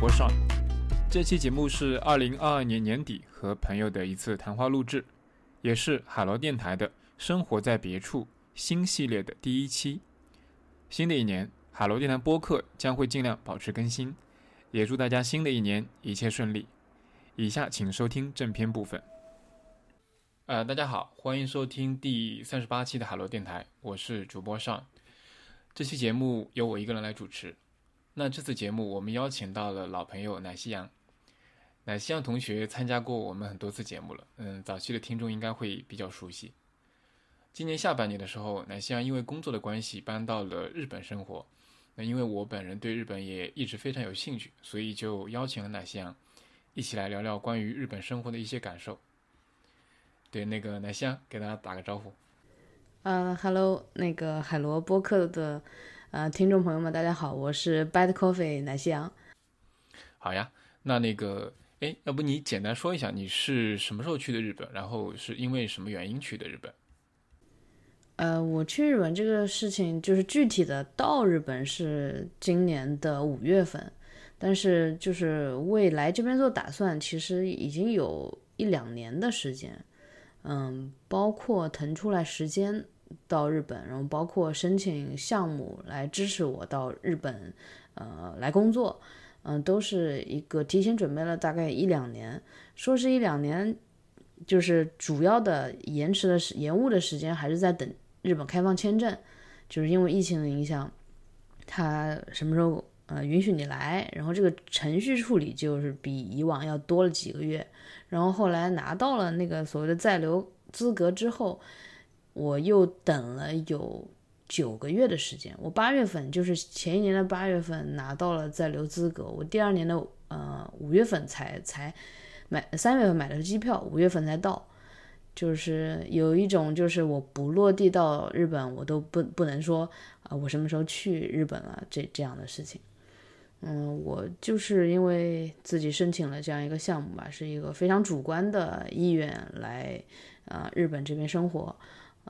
播上。这期节目是2022年年底和朋友的一次谈话录制，也是海螺电台的生活在别处新系列的第一期。新的一年，海螺电台播客将会尽量保持更新，也祝大家新的一年一切顺利。以下请收听正片部分。大家好，欢迎收听第38期的海螺电台，我是主播上。这期节目由我一个人来主持。那这次节目我们邀请到了老朋友乃西阳。乃西阳同学参加过我们很多次节目了，早期的听众应该会比较熟悉。今年下半年的时候，乃西阳因为工作的关系搬到了日本生活。那因为我本人对日本也一直非常有兴趣，所以就邀请了乃西阳一起来聊聊关于日本生活的一些感受。对，乃西阳给大家打个招呼。 Hello， 海螺播客的听众朋友们，大家好，我是 Bad Coffee 乃西阳。 好呀，那要不你简单说一下你是什么时候去的日本，然后是因为什么原因去的日本？ 我去日本这个事情，就是具体的到日本是今年的5月份，但是就是未来这边做打算，其实已经有1-2年的时间。包括腾出来时间到日本，然后包括申请项目来支持我到日本来工作，都是一个提前准备了大概1-2年。说是1-2年，就是主要的延误的时间还是在等日本开放签证，就是因为疫情的影响，它什么时候允许你来，然后这个程序处理就是比以往要多了几个月。然后后来拿到了那个所谓的在留资格之后，我又等了有9个月的时间。我8月份，就是前一年的8月份拿到了在留资格，我第2年的5月份才3月份买的机票，5月份才到。就是有一种就是我不落地到日本，我都不能说我什么时候去日本了这样的事情。我就是因为自己申请了这样一个项目吧，是一个非常主观的意愿来日本这边生活。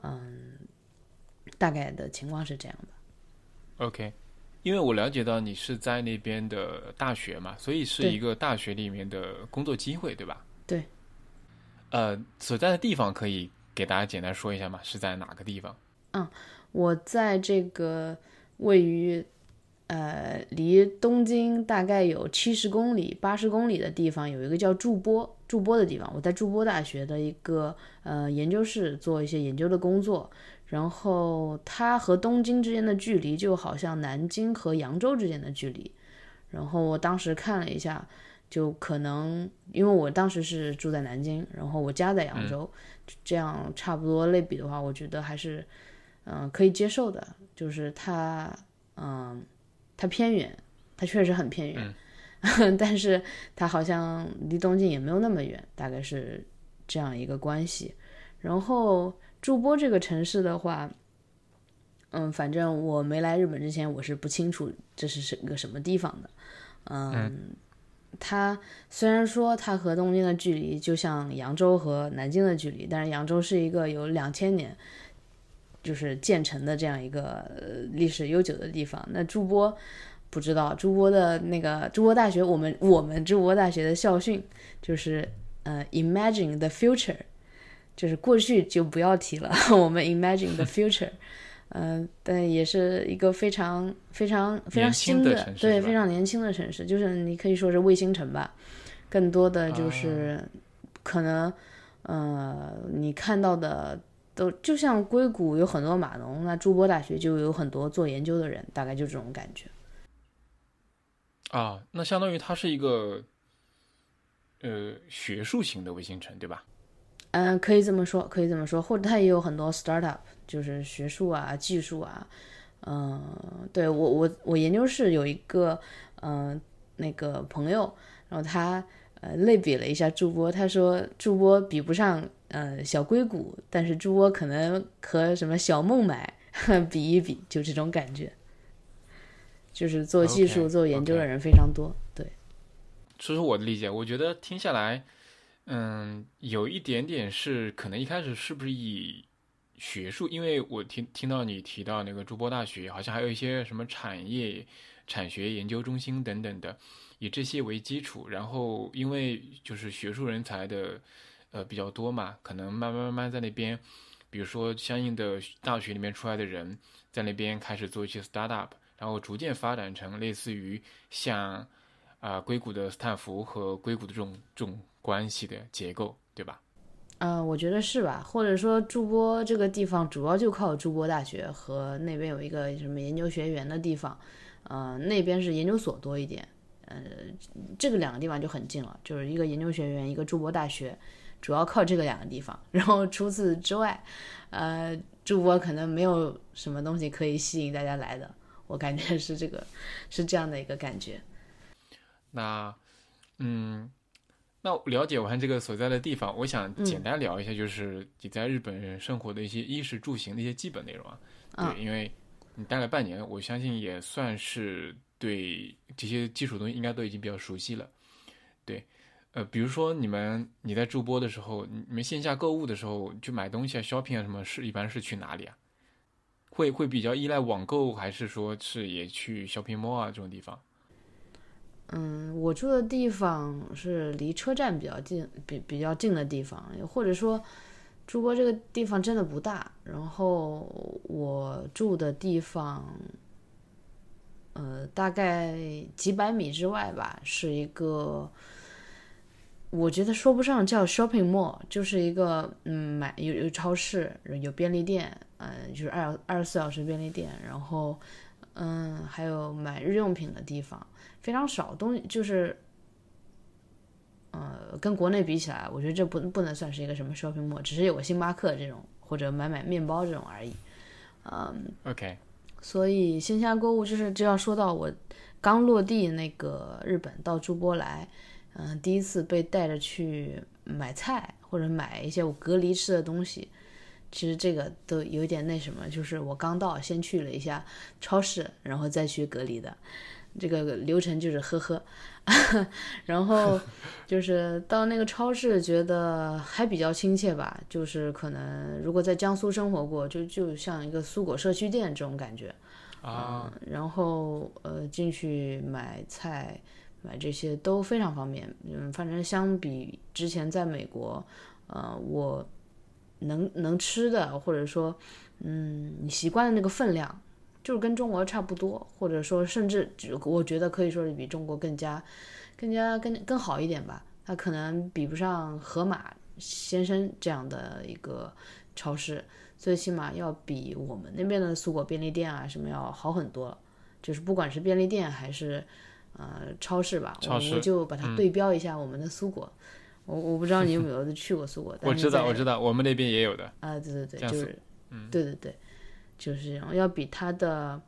大概的情况是这样的。 OK， 因为我了解到你是在那边的大学嘛，所以是一个大学里面的工作机会，对吧？ 对。 所在的地方可以给大家简单说一下吗？是在哪个地方？ 我在这个位于离东京大概有70公里、80公里的地方，有一个叫筑波的地方。我在筑波大学的一个研究室做一些研究的工作，然后它和东京之间的距离就好像南京和扬州之间的距离。然后我当时看了一下，就可能因为我当时是住在南京，然后我家在扬州，这样差不多类比的话，我觉得还是可以接受的。就是它偏远，它确实很偏远，但是它好像离东京也没有那么远，大概是这样一个关系。然后筑波这个城市的话，反正我没来日本之前，我是不清楚这是个什么地方的。它虽然说它和东京的距离就像扬州和南京的距离，但是扬州是一个有2000年就是建成的这样一个历史悠久的地方。那筑波不知道，筑波的筑波大学，我们筑波大学的校训就是Imagine the future， 就是过去就不要提了，我们 Imagine the future。但也是一个非常非常非常新的对，非常年轻的城市，就是你可以说是卫星城吧。更多的就是可能你看到的都就像硅谷有很多码农，那筑波大学就有很多做研究的人，大概就这种感觉。 那相当于它是一个学术型的卫星城，对吧？ 可以这么说，或者它也有很多 startup， 就是学术啊、技术啊。对，我研究室有一个朋友，然后他类比了一下筑波，他说筑波比不上小硅谷，但是筑波可能和什么小孟买比一比，就这种感觉。就是做技术、做研究的人非常多。对， 这是我的理解。我觉得听下来，有一点点是可能一开始是不是以学术，因为我听到你提到那个筑波大学，好像还有一些什么产业产学研究中心等等的，以这些为基础，然后因为就是学术人才的比较多嘛，可能慢慢在那边，比如说相应的大学里面出来的人在那边开始做一些 startup， 然后逐渐发展成类似于像硅谷的斯坦福和硅谷的这种关系的结构，对吧？ 我觉得是吧？或者说筑波这个地方主要就靠筑波大学和那边有一个什么研究学园的地方，那边是研究所多一点，这个两个地方就很近了，就是一个研究学园，一个筑波大学，主要靠这个两个地方。然后除此之外，筑波可能没有什么东西可以吸引大家来的，我感觉是这样的一个感觉。 那那了解完这个所在的地方，我想简单聊一下，就是你在日本生活的一些衣食住行的一些基本内容啊。对，因为你待了半年，我相信也算是对这些基础东西应该都已经比较熟悉了。对，比如说你在筑波的时候，你们线下购物的时候去买东西啊、shopping 啊什么，一般是去哪里啊？会比较依赖网购，还是说是也去 shopping mall 啊这种地方？ 我住的地方是离车站比较近，比较近的地方，或者说，筑波这个地方真的不大。然后我住的地方，大概几百米之外吧，是一个，我觉得说不上叫 shopping mall，就是一个有超市，有便利店，就是24小时便利店，然后还有买日用品的地方。非常少东西，就是跟国内比起来，我觉得这不能算是一个什么 shopping mall，只是有个星巴克这种或者买面包这种而已。 OK， 所以线下购物就要说到我刚落地那个日本到筑波来，第一次被带着去买菜或者买一些我隔离吃的东西。其实这个都有点那什么，就是我刚到先去了一下超市，然后再去隔离的。这个流程就是呵呵，然后就是到那个超市觉得还比较亲切吧，就是可能如果在江苏生活过，就像一个蔬果社区店这种感觉啊。 然后进去买菜买这些都非常方便，反正相比之前在美国，我能吃的或者说你习惯的那个分量。就是跟中国差不多，或者说甚至我觉得可以说是比中国更好一点吧。它可能比不上盒马先生这样的一个超市，最起码要比我们那边的蔬果便利店啊什么要好很多了。就是不管是便利店还是超市吧，我们就把它对标一下我们的蔬果。我不知道你有没有去过蔬果， 我知道，我们那边也有的对，就是对。就是这样，要比它的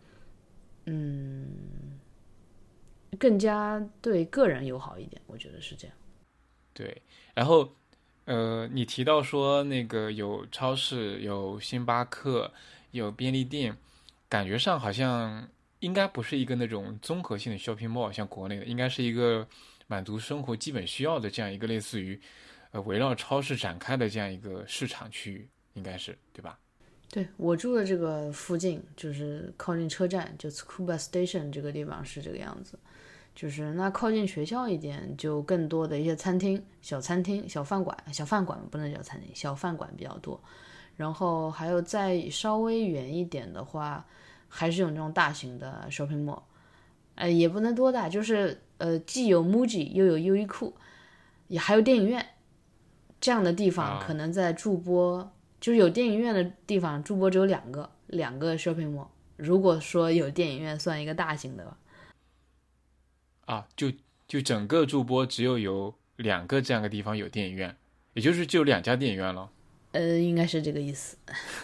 更加对个人友好一点，我觉得是这样。 对，然后你提到说那个有超市、有星巴克、有便利店，感觉上好像应该不是一个那种综合性的 shopping mall，像国内的，应该是一个满足生活基本需要的这样一个类似于围绕超市展开的这样一个市场区域，应该是对吧？ 对，我住的这个附近，就是靠近车站，就 Tsukuba Station 这个地方是这个样子。就是那靠近学校一点，就更多的一些餐厅、小餐厅、小饭馆不能叫餐厅，小饭馆比较多。然后还有再稍微远一点的话，还是有那种大型的 shopping mall，也不能多大，就是既有 MUJI 又有优衣库，也还有电影院这样的地方，可能在筑波。就是有电影院的地方，筑波只有两个 shopping mall。如果说有电影院算一个大型的吧，就整个筑波只有2个这样的地方有电影院，也就是就2家电影院了。 应该是这个意思。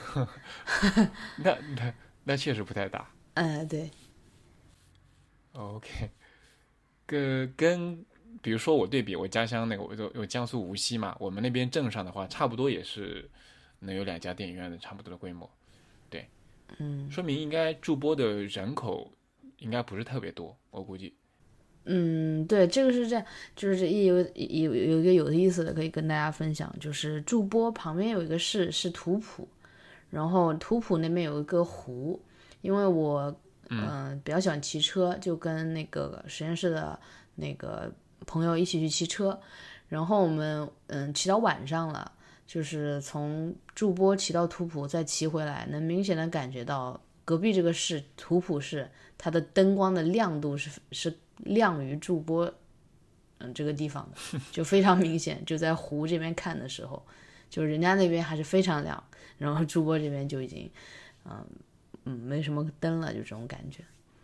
那确实不太大。 对。 OK，跟比如说我对比我家乡那个，我江苏无锡嘛，我们那边镇上的话，差不多也是。能有2家电影院的差不多的规模，对，说明应该筑波的人口应该不是特别多，我估计。 对，这个是这样，就是有一个有意思的可以跟大家分享，就是筑波旁边有一个市是图浦，然后图浦那边有一个湖，因为我比较喜欢骑车，就跟那个实验室的那个朋友一起去骑车，然后我们骑到晚上了，就是从筑波骑到图普再骑回来，能明显的感觉到隔壁这个市图普市它的灯光的亮度是亮于筑波这个地方的，就非常明显。就在湖这边看的时候，就人家那边还是非常亮，然后筑波这边就已经没什么灯了，就这种感觉。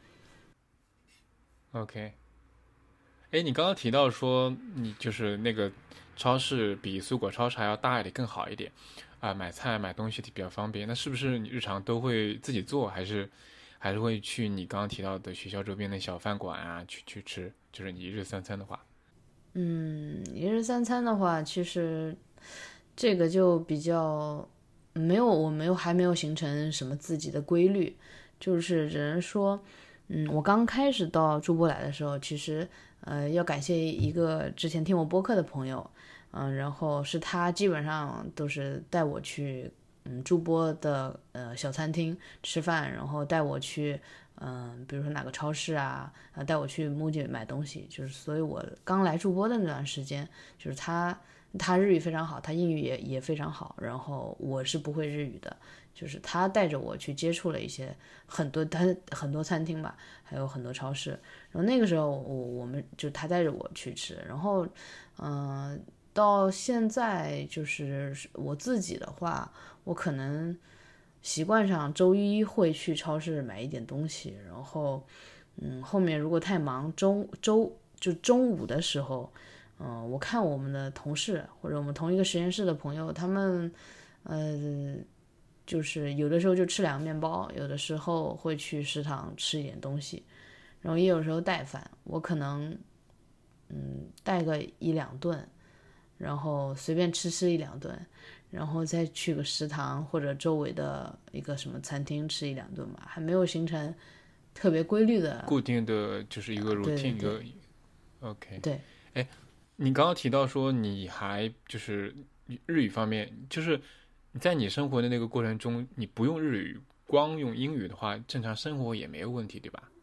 OK， 你刚刚提到说你就是那个超市比苏果超市还要大一点，更好一点买菜买东西比较方便。那是不是你日常都会自己做，还是会去你刚刚提到的学校周边的小饭馆啊去吃？就是你一日三餐的话。 一日三餐的话，其实这个就比较还没有形成什么自己的规律，就是只能说，我刚开始到筑波来的时候，其实要感谢一个之前听我播客的朋友，然后是他基本上都是带我去筑波的小餐厅吃饭，然后带我去比如说哪个超市啊，带我去 MUJI 买东西，就是所以我刚来筑波的那段时间，就是他日语非常好，他英语也非常好，然后我是不会日语的，就是他带着我去接触了很多餐厅吧，还有很多超市，然后那个时候我们就他带着我去吃，然后到现在就是我自己的话，我可能习惯上周一会去超市买一点东西，然后后面如果太忙就中午的时候，我看我们的同事或者我们同一个实验室的朋友，他们就是有的时候就吃2个面包，有的时候会去食堂吃一点东西，然后也有时候带饭，我可能带个1-2顿，然后随便吃1-2顿，然后再去个食堂或者周围的一个什么餐厅吃1-2顿吧，还没有形成特别规律的固定的就是一个 routine 对 OK。 对， 你刚刚提到说你还就是日语方面，就是你在你生活的那个过程中，你不用日语，光用英语的话，正常生活也没有问题，对吧？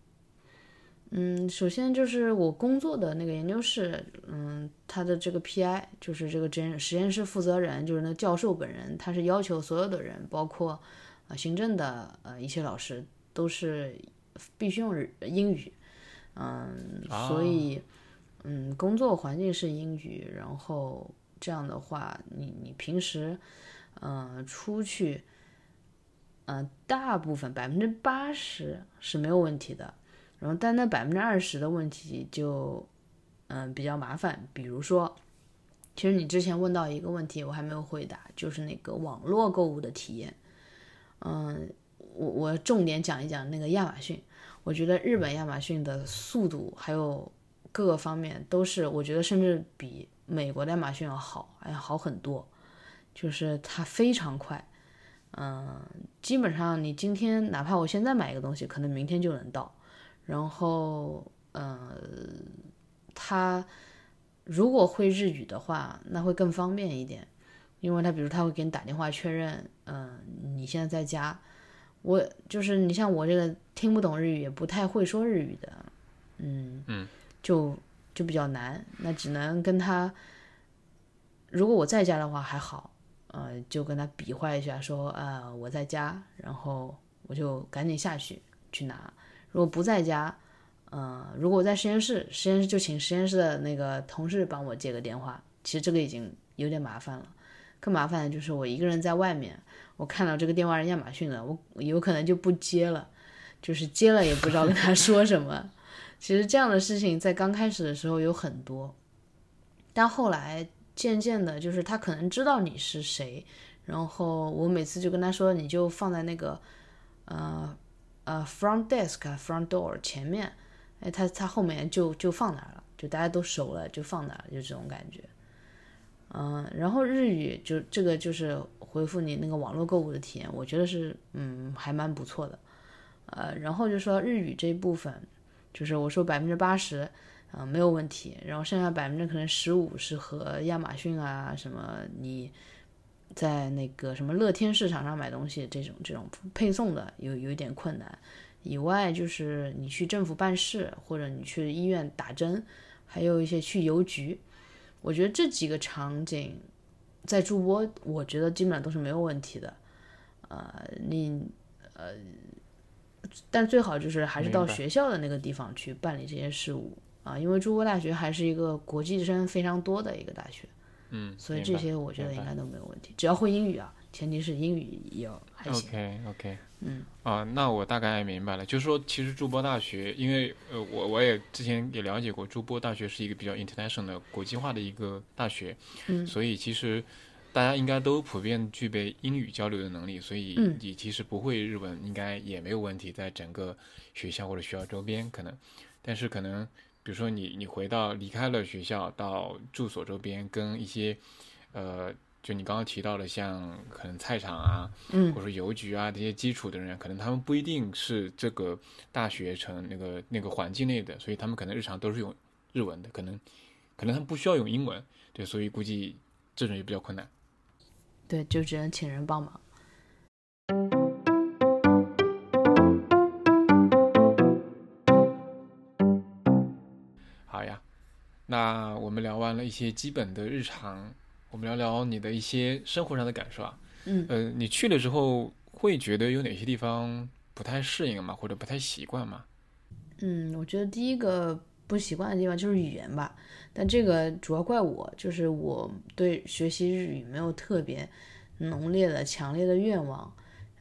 首先就是我工作的那个研究室，他的这个 PI 就是这个实验室负责人，就是那教授本人，他是要求所有的人，包括行政的一些老师，都是必须用英语，所以工作环境是英语，然后这样的话，你平时出去，大部分80%是没有问题的。然后但那20%的问题就比较麻烦，比如说，其实你之前问到一个问题我还没有回答，就是那个网络购物的体验。我重点讲一讲那个亚马逊，我觉得日本亚马逊的速度还有各个方面都是，我觉得甚至比美国的亚马逊要好很多，就是它非常快。基本上你今天哪怕我现在买一个东西，可能明天就能到。然后，他如果会日语的话，那会更方便一点，因为比如他会给你打电话确认，你现在在家。我就是你像我这个听不懂日语，也不太会说日语的，就比较难，那只能跟他，如果我在家的话还好，就跟他比划一下说，我在家，然后我就赶紧下去拿。如果不在家，如果我在实验室就请实验室的那个同事帮我接个电话。其实这个已经有点麻烦了，更麻烦的就是我一个人在外面，我看到这个电话是亚马逊的，我有可能就不接了，就是接了也不知道跟他说什么。其实这样的事情在刚开始的时候有很多，但后来渐渐的，就是他可能知道你是谁，然后我每次就跟他说，你就放在那个front desk、front door 前面，他后面就放那儿了，就大家都熟了，就放那儿了，就这种感觉。然后日语就这个就是回复你那个网络购物的体验，我觉得是还蛮不错的。然后就说日语这一部分，就是我说80%没有问题，然后剩下15%是和亚马逊啊什么你在那个什么乐天市场上买东西这种配送的有一点困难， 以外，就是你去政府办事，或者你去医院打针，还有一些去邮局，我觉得这几个场景在驻波，我觉得基本上都是没有问题的。但最好就是还是到学校的那个地方去办理这些事务啊，因为驻波大学还是一个国际生非常多的一个大学，所以这些我觉得应该都没有问题，只要会英语啊，前提是英语也要还行。 OK， 那我大概明白了，就是说，其实筑波大学，因为我也之前也了解过，筑波大学是一个比较 international 的国际化的一个大学，所以其实大家应该都普遍具备英语交流的能力，所以你其实不会日文应该也没有问题，在整个学校或者学校周边可能，但是可能比如说你离开了学校到住所周边，跟一些就你刚刚提到的像可能菜场啊，或者说邮局啊这些基础的人，可能他们不一定是这个大学城那个环境内的，所以他们可能日常都是用日文的，可能他们不需要用英文，对，所以估计这种也比较困难。 对，就只能请人帮忙。 好呀，那我们聊完了一些基本的日常，我们聊聊你的一些生活上的感受啊。你去了之后会觉得有哪些地方不太适应吗？或者不太习惯吗？ 我觉得第一个不习惯的地方就是语言吧，但这个主要怪我，就是我对学习日语没有特别浓烈的、强烈的愿望。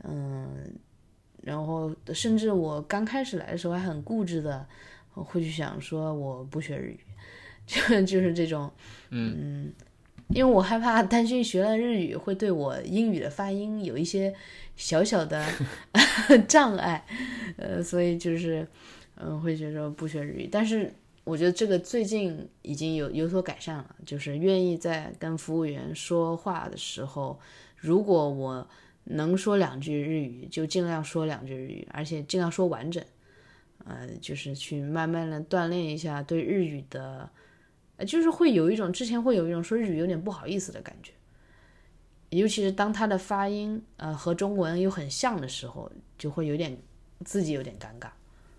然后甚至我刚开始来的时候还很固执的会去想说我不学日语，就是这种，因为我害怕担心学了日语会对我英语的发音有一些小小的障碍，所以就是会觉得不学日语。但是我觉得这个最近已经有所改善了，就是愿意在跟服务员说话的时候，如果我能说2句日语就尽量说2句日语，而且尽量说完整，就是去慢慢的锻炼一下对日语的，就是之前会有一种说日语有点不好意思的感觉，尤其是当它的发音和中文又很像的时候，就会自己有点尴尬。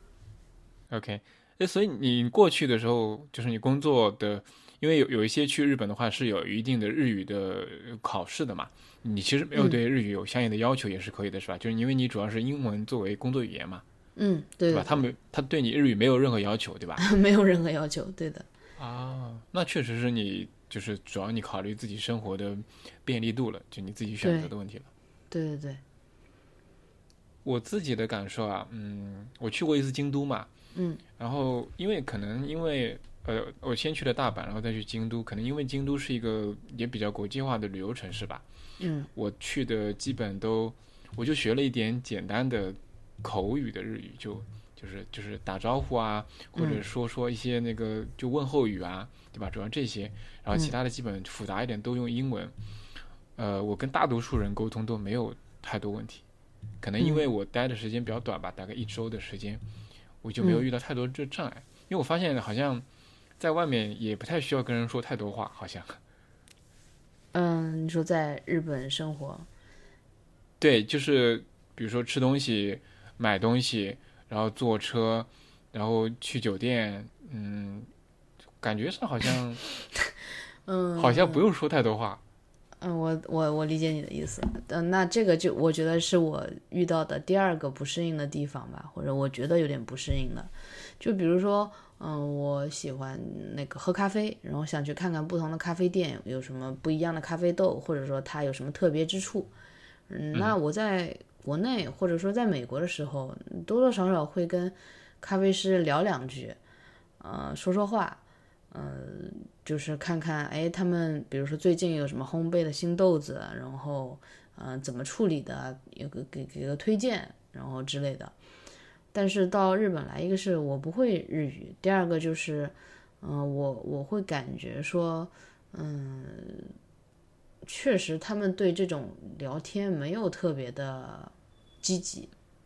OK，所以你过去的时候，就是你工作的，因为有一些去日本的话是有一定的日语的考试的嘛，你其实没有对日语有相应的要求也是可以的，是吧？就是因为你主要是英文作为工作语言嘛， 对吧？他对你日语没有任何要求，对吧？ 没有任何要求，对的。 那确实是你就是主要你考虑自己生活的便利度了，就你自己选择的问题了。 对。 我自己的感受啊，我去过一次京都嘛，然后因为我先去了大阪，然后再去京都，可能因为京都是一个也比较国际化的旅游城市吧，我去的基本我就学了一点简单的口语的日语，就是打招呼啊，或者说一些那个就问候语啊，对吧？主要这些，然后其他的基本复杂一点都用英文。我跟大多数人沟通都没有太多问题，可能因为我待的时间比较短吧，大概1周的时间，我就没有遇到太多这障碍。因为我发现好像在外面也不太需要跟人说太多话，好像。 你说在日本生活？ 对，就是比如说吃东西、买东西，然后坐车，然后去酒店，感觉上好像，好像不用说太多话。 我理解你的意思。那这个就我觉得是我遇到的第2个不适应的地方吧，或者我觉得有点不适应的。就比如说，我喜欢那个喝咖啡，然后想去看看不同的咖啡店有什么不一样的咖啡豆，或者说它有什么特别之处。那我在国内或者说在美国的时候，多多少少会跟咖啡师聊2句，说说话。就是看看他们比如说最近有什么烘焙的新豆子，然后怎么处理的，有个给个推荐，然后之类的。但是到日本来，一个是我不会日语，第2个就是我会感觉说确实他们对这种聊天没有特别的积极。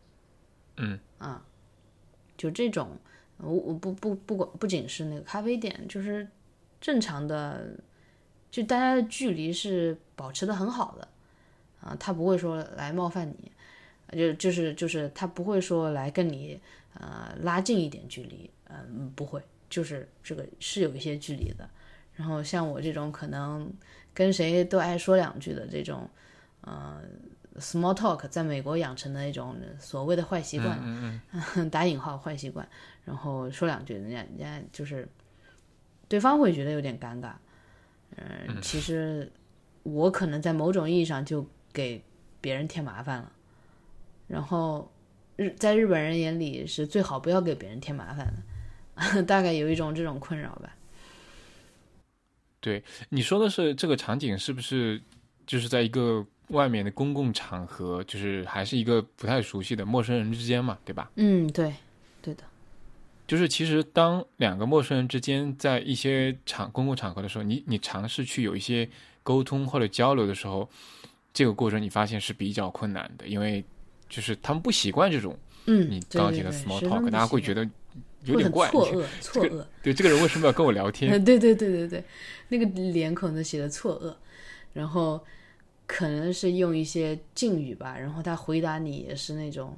就这种我不仅是那个咖啡店，就是正常的，就大家的距离是保持的很好的他不会说来冒犯你， 就是他不会说来跟你拉近一点距离，不会，就是这个是有一些距离的。然后像我这种可能跟谁都爱说两句的这种small talk， 在美国养成的一种所谓的坏习惯，打引号坏习惯，然后说两句，人家就是对方会觉得有点尴尬。其实我可能在某种意义上就给别人添麻烦了，然后在日本人眼里是最好不要给别人添麻烦的，大概有一种这种困扰吧。 对，你说的是这个场景是不是就是在一个外面的公共场合，就是还是一个不太熟悉的陌生人之间嘛，对吧？ 对，对的。 就是其实当两个陌生人之间在一些公共场合的时候，你尝试去有一些沟通或者交流的时候，这个过程你发现是比较困难的，因为就是他们不习惯这种你刚刚提的 small talk，大家会觉得有点怪， 错愕， 对，这个人为什么要跟我聊天？ 对，那个脸可能写的错愕，然后可能是用一些敬语吧，然后他回答你也是那种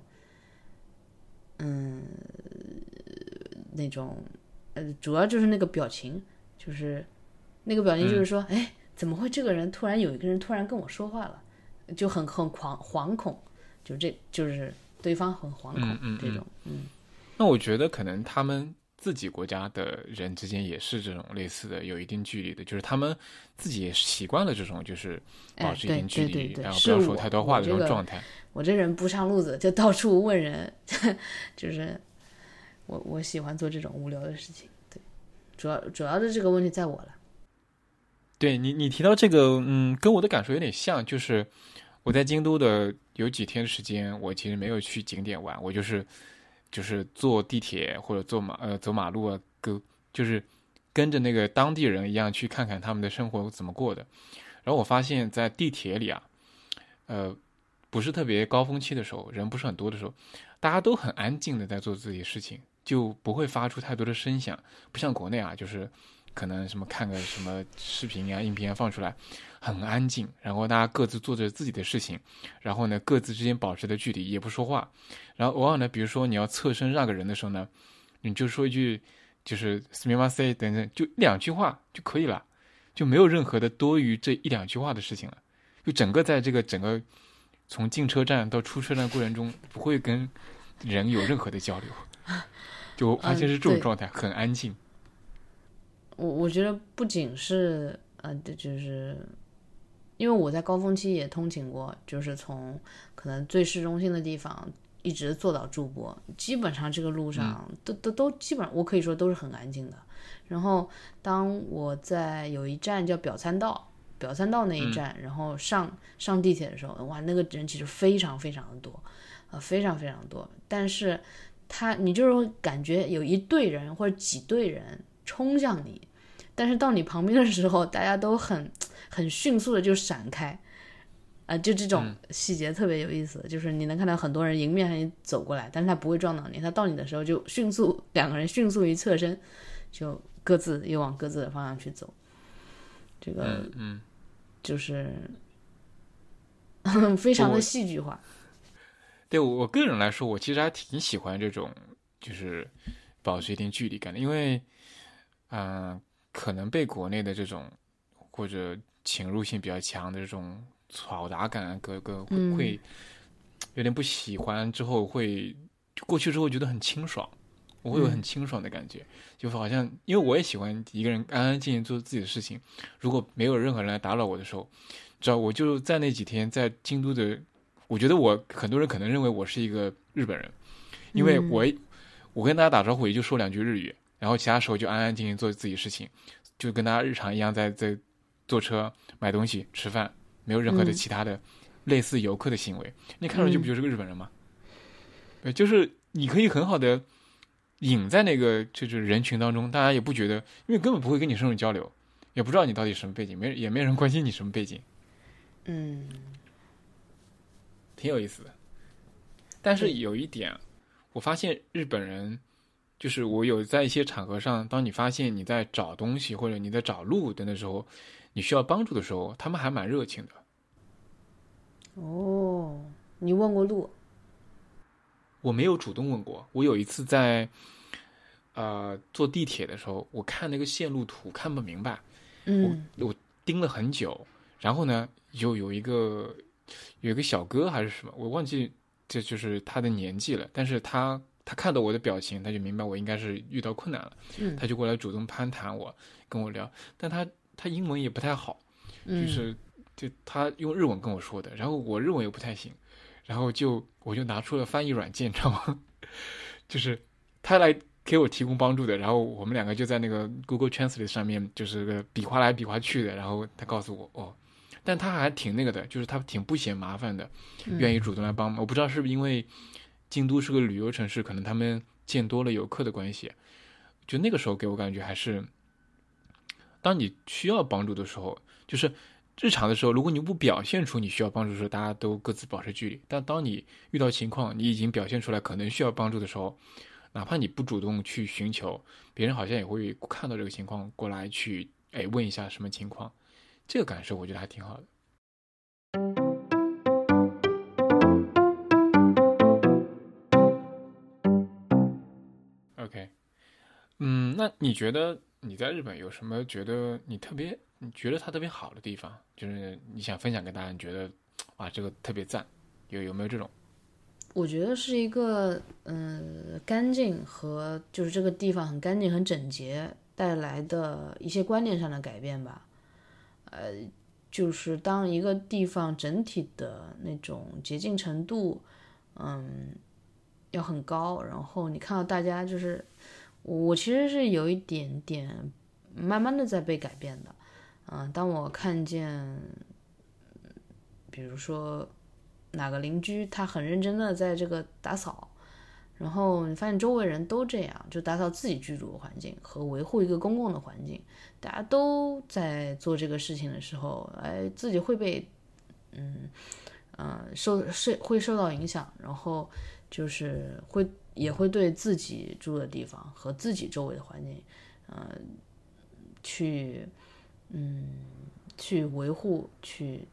那种主要就是那个表情，就是那个表情就是说，哎，怎么会这个人突然有一个人突然跟我说话了，就很惶恐，就是对方很惶恐这种。 那我觉得可能他们自己国家的人之间也是这种类似的，有一定距离的，就是他们自己也习惯了这种就是保持一定距离，然后不要说太多话的这种状态。 我这人不上路子，就到处问人，就是我喜欢做这种无聊的事情。对，主要的这个问题在我了。 对你提到这个，跟我的感受有点像，就是我在京都的有几天时间，我其实没有去景点玩，我就是坐地铁或者走马路啊，就是跟着那个当地人一样去看看他们的生活怎么过的。然后我发现，在地铁里啊，不是特别高峰期的时候，人不是很多的时候，大家都很安静的在做自己的事情，就不会发出太多的声响，不像国内啊，就是可能什么看个什么视频啊、音频啊放出来，很安静，然后大家各自做着自己的事情，然后呢，各自之间保持的距离，也不说话。然后偶尔呢，比如说你要侧身让个人的时候呢，你就说一句就是すみません等等，就2句话就可以了，就没有任何的多余这1-2句话的事情了。就整个从进车站到出车站过程中，不会跟人有任何的交流，就发现是这种状态，很安静。 我觉得不仅是就是因为我在高峰期也通勤过，就是从可能最市中心的地方一直坐到筑波，基本上这个路上都基本上我可以说都是很安静的。然后当我在有一站叫表参道那一站，然后上地铁的时候，哇，那个人其实非常非常的多，非常非常多。但是你就是会感觉有一队人或者几队人冲向你，但是到你旁边的时候，大家都很迅速的就闪开，就这种细节特别有意思，就是你能看到很多人迎面向你走过来，但是他不会撞到你，他到你的时候就两个人迅速一侧身，就各自又往各自的方向去走。这个就是非常的戏剧化。 对我个人来说，我其实还挺喜欢这种就是保持一定距离感的，因为可能被国内的这种或者侵入性比较强的这种嘈杂感会有点不喜欢，之后过去之后觉得很清爽，我会有很清爽的感觉，就好像因为我也喜欢一个人安安静静做自己的事情，如果没有任何人来打扰我的时候，只要我就在那几天在京都的，我觉得很多人可能认为我是一个日本人，因为我跟大家打招呼也就说2句日语，然后其他时候就安安静静做自己的事情，就跟大家日常一样在坐车买东西吃饭，没有任何的其他的类似游客的行为，你看上去不就是个日本人吗？对，就是你可以很好的隐在那个就是人群当中，大家也不觉得，因为根本不会跟你深入交流，也不知道你到底什么背景，也没人关心你什么背景，挺有意思的。但是有一点，我发现日本人，就是我有在一些场合上，当你发现你在找东西或者你在找路的时候，你需要帮助的时候，他们还蛮热情的。 哦，你问过路？ 我没有主动问过。我有一次在坐地铁的时候，我看那个线路图看不明白，我盯了很久，然后呢，有一个小哥还是什么，我忘记这就是他的年纪了，但是他看到我的表情，他就明白我应该是遇到困难了，他就过来主动攀谈我，跟我聊，但他英文也不太好，就他用日文跟我说的，然后我日文又不太行，然后我就拿出了翻译软件，知道吗？就是他来给我提供帮助的，然后我们两个就在那个 Google Translate 上面就是个比划来比划去的，然后他告诉我但他还挺那个的，就是他挺不嫌麻烦的，愿意主动来帮忙。我不知道是不是因为京都是个旅游城市，可能他们见多了游客的关系，就那个时候给我感觉还是，当你需要帮助的时候，就是日常的时候，如果你不表现出你需要帮助的时候，大家都各自保持距离。但当你遇到情况，你已经表现出来可能需要帮助的时候，哪怕你不主动去寻求，别人好像也会看到这个情况过来去问一下什么情况，这个感受我觉得还挺好的。OK，那你觉得你在日本有什么觉得你觉得它特别好的地方？就是你想分享给大家，你觉得这个特别赞，有没有这种？ 我觉得是一个干净和就是这个地方很干净很整洁带来的一些观念上的改变吧。就是当一个地方整体的那种洁净程度要很高，然后你看到大家就是我其实是有一点点慢慢的在被改变的。当我看见比如说哪个邻居他很认真的在这个打扫，然后你发现周围人都这样，就打扫自己居住的环境和维护一个公共的环境，大家都在做这个事情的时候，自己会被会受到影响，然后就是也会对自己住的地方和自己周围的环境去维护去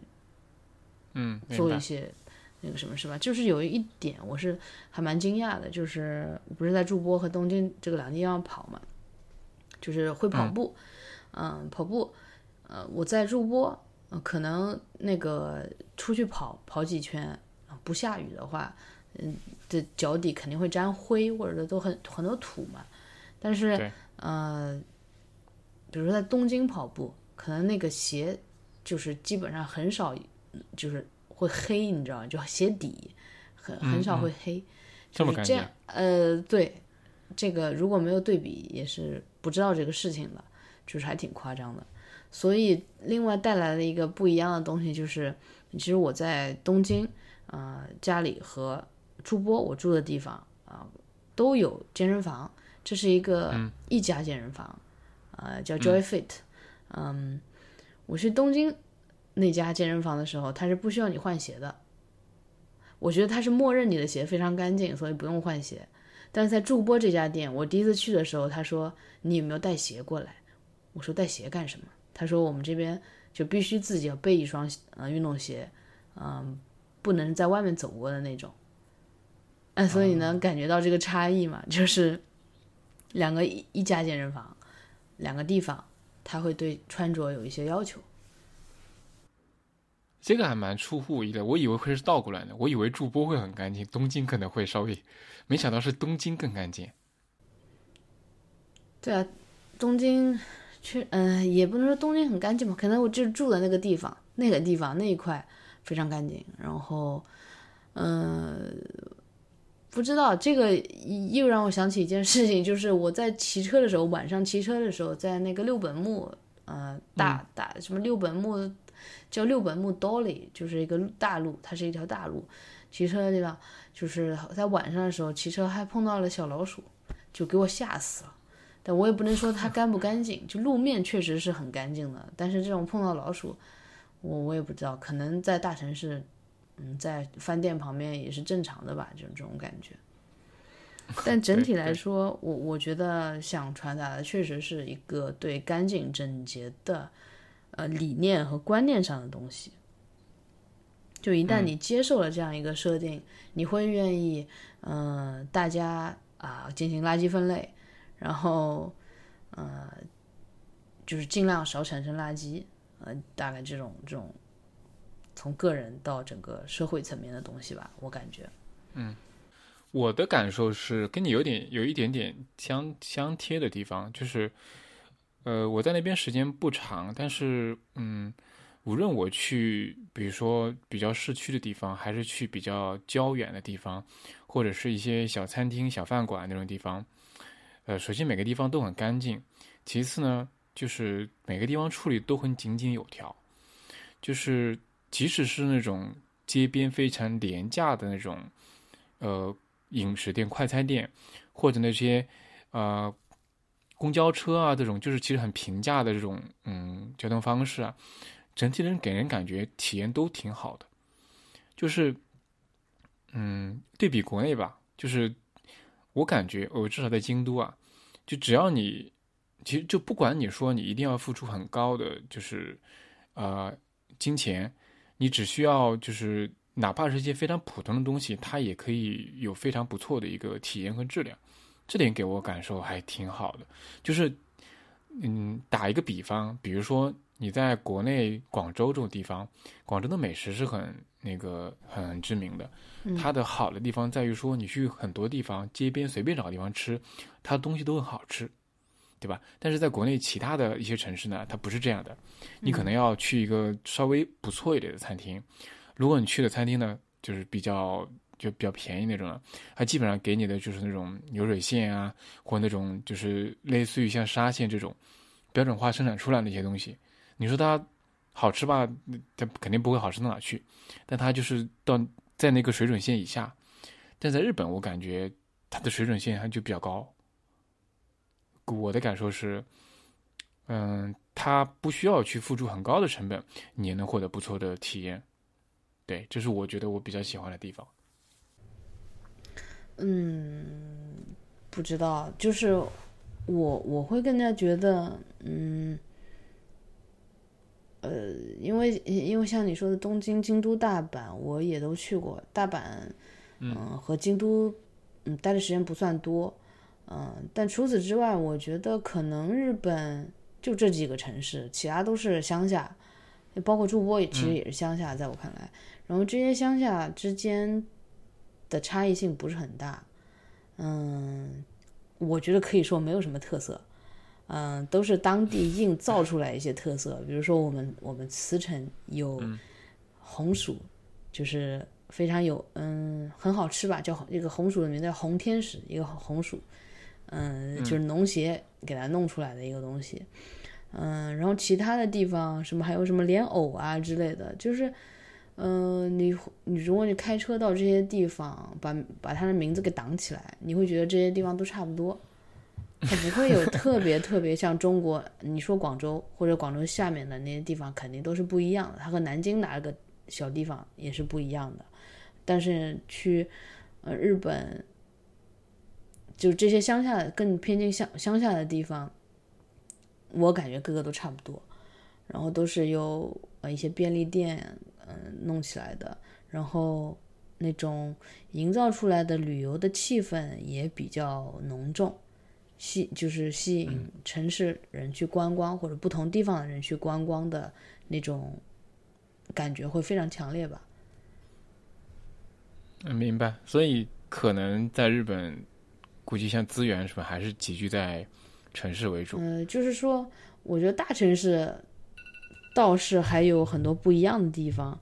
做一些那个什么是吧？就是有一点我是还蛮惊讶的，就是我不是在筑波和东京这个两个地方跑嘛，就是会跑步，跑步，我在筑波，可能那个出去跑几圈，不下雨的话，的脚底肯定会沾灰或者都很多土嘛，但是比如说在东京跑步，可能那个鞋就是基本上很少就是会黑，你知道吗？就鞋底很少会黑， 这么这样对，这个如果没有对比也是不知道这个事情的，就是还挺夸张的。所以另外带来的一个不一样的东西就是，其实我在东京家里和筑波我住的地方都有健身房，这是一个一家健身房叫 Joy Fit。我去东京那家健身房的时候，它是不需要你换鞋的。我觉得它是默认你的鞋非常干净，所以不用换鞋。但是在筑波这家店，我第一次去的时候，他说你有没有带鞋过来？我说带鞋干什么？他说我们这边就必须自己要备一双运动鞋，不能在外面走过的那种。所以能感觉到这个差异嘛，就是两个一家健身房，两个地方，他会对穿着有一些要求。 这个还蛮出乎我意料，我以为会是倒过来的，我以为筑波会很干净，东京可能会稍微，没想到是东京更干净。 对啊，东京也不能说东京很干净嘛，可能我就住的那个地方那一块非常干净，然后不知道这个又让我想起一件事情，就是我在骑车的时候，晚上骑车的时候，在那个六本木什么六本木叫六本木 Dolly， 就是一个大路，它是一条大路，骑车的地方，就是在晚上的时候骑车还碰到了小老鼠，就给我吓死了。但我也不能说它干不干净，就路面确实是很干净的，但是这种碰到老鼠，我也不知道，可能在大城市，在饭店旁边也是正常的吧，这种感觉。但整体来说，我觉得想传达的确实是一个对干净整洁的理念和观念上的东西。 就一旦你接受了这样一个设定，你会愿意大家进行垃圾分类，然后就是尽量少产生垃圾，大概这种从个人到整个社会层面的东西吧，我感觉。 我的感受是跟你有一点点相贴的地方，就是我在那边时间不长，但是无论我去比如说比较市区的地方，还是去比较郊远的地方，或者是一些小餐厅小饭馆那种地方，首先每个地方都很干净，其次呢就是每个地方处理都很井井有条，就是即使是那种街边非常廉价的那种饮食店快餐店，或者那些公交车啊这种就是其实很平价的这种交通方式啊，整体人给人感觉体验都挺好的。就是对比国内吧，就是我感觉我至少在京都啊，就只要你其实就不管你说你一定要付出很高的就是金钱，你只需要就是哪怕是一些非常普通的东西，它也可以有非常不错的一个体验和质量，这点给我感受还挺好的。就是打一个比方，比如说你在国内广州这种地方，广州的美食是很知名的，它的好的地方在于说你去很多地方街边随便找个地方吃，它的东西都很好吃，对吧？但是在国内其他的一些城市呢，它不是这样的，你可能要去一个稍微不错一点的餐厅，如果你去的餐厅呢就是比较便宜那种了，它基本上给你的就是那种流水线啊，或那种就是类似于像沙县这种标准化生产出来的一些东西，你说它好吃吧，它肯定不会好吃到哪去，但它就是在那个水准线以下。但在日本我感觉它的水准线还就比较高，我的感受是它不需要去付出很高的成本，你也能获得不错的体验。对，这是我觉得我比较喜欢的地方。 不知道，就是我会更加觉得，因为像你说的东京、京都、大阪，我也都去过。大阪，和京都，待的时间不算多，但除此之外，我觉得可能日本就这几个城市，其他都是乡下，包括筑波其实也是乡下，在我看来。然后这些乡下之间的差异性不是很大，我觉得可以说没有什么特色，都是当地硬造出来一些特色。比如说我们茨城有红薯，就是非常有很好吃吧，叫一个红薯的名字叫红天使，一个红薯，就是农协给它弄出来的一个东西。然后其他的地方还有什么莲藕啊之类的，就是你如果你开车到这些地方，把它的名字给挡起来，你会觉得这些地方都差不多，它不会有特别特别像中国。你说广州或者广州下面的那些地方肯定都是不一样的，它和南京哪个小地方也是不一样的。但是去日本，就这些乡下更偏近乡下的地方，我感觉个个都差不多，然后都是由一些便利店弄起来的，然后那种营造出来的旅游的气氛也比较浓重，就是吸引城市人去观光，或者不同地方的人去观光的那种感觉会非常强烈吧。 明白。所以可能在日本估计像资源是吧，还是集聚在城市为主。 就是说我觉得大城市倒是还有很多不一样的地方，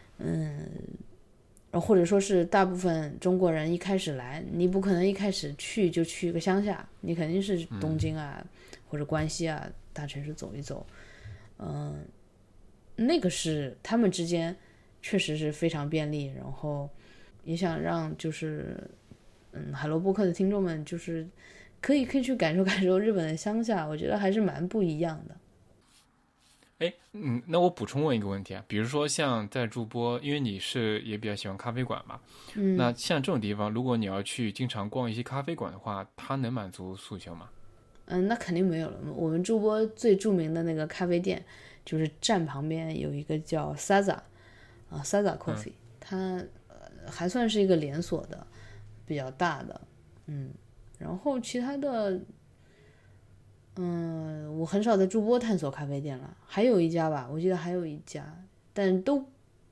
或者说是大部分中国人一开始来，你不可能一开始去就去一个乡下，你肯定是东京啊，或者关西啊大城市走一走，那个是他们之间确实是非常便利，然后也想让就是海螺播客的听众们就是可以去感受感受日本的乡下，我觉得还是蛮不一样的。 那我补充问一个问题啊，比如说像在筑波，因为你是也比较喜欢咖啡馆嘛，那像这种地方，如果你要去经常逛一些咖啡馆的话，它能满足诉求吗？ 那肯定没有了。我们筑波最著名的那个咖啡店，就是站旁边有一个叫 Saza， Saza Coffee，它还算是一个连锁的，比较大的，然后其他的，我很少在筑波探索咖啡店了，还有一家吧，我记得还有一家，但都，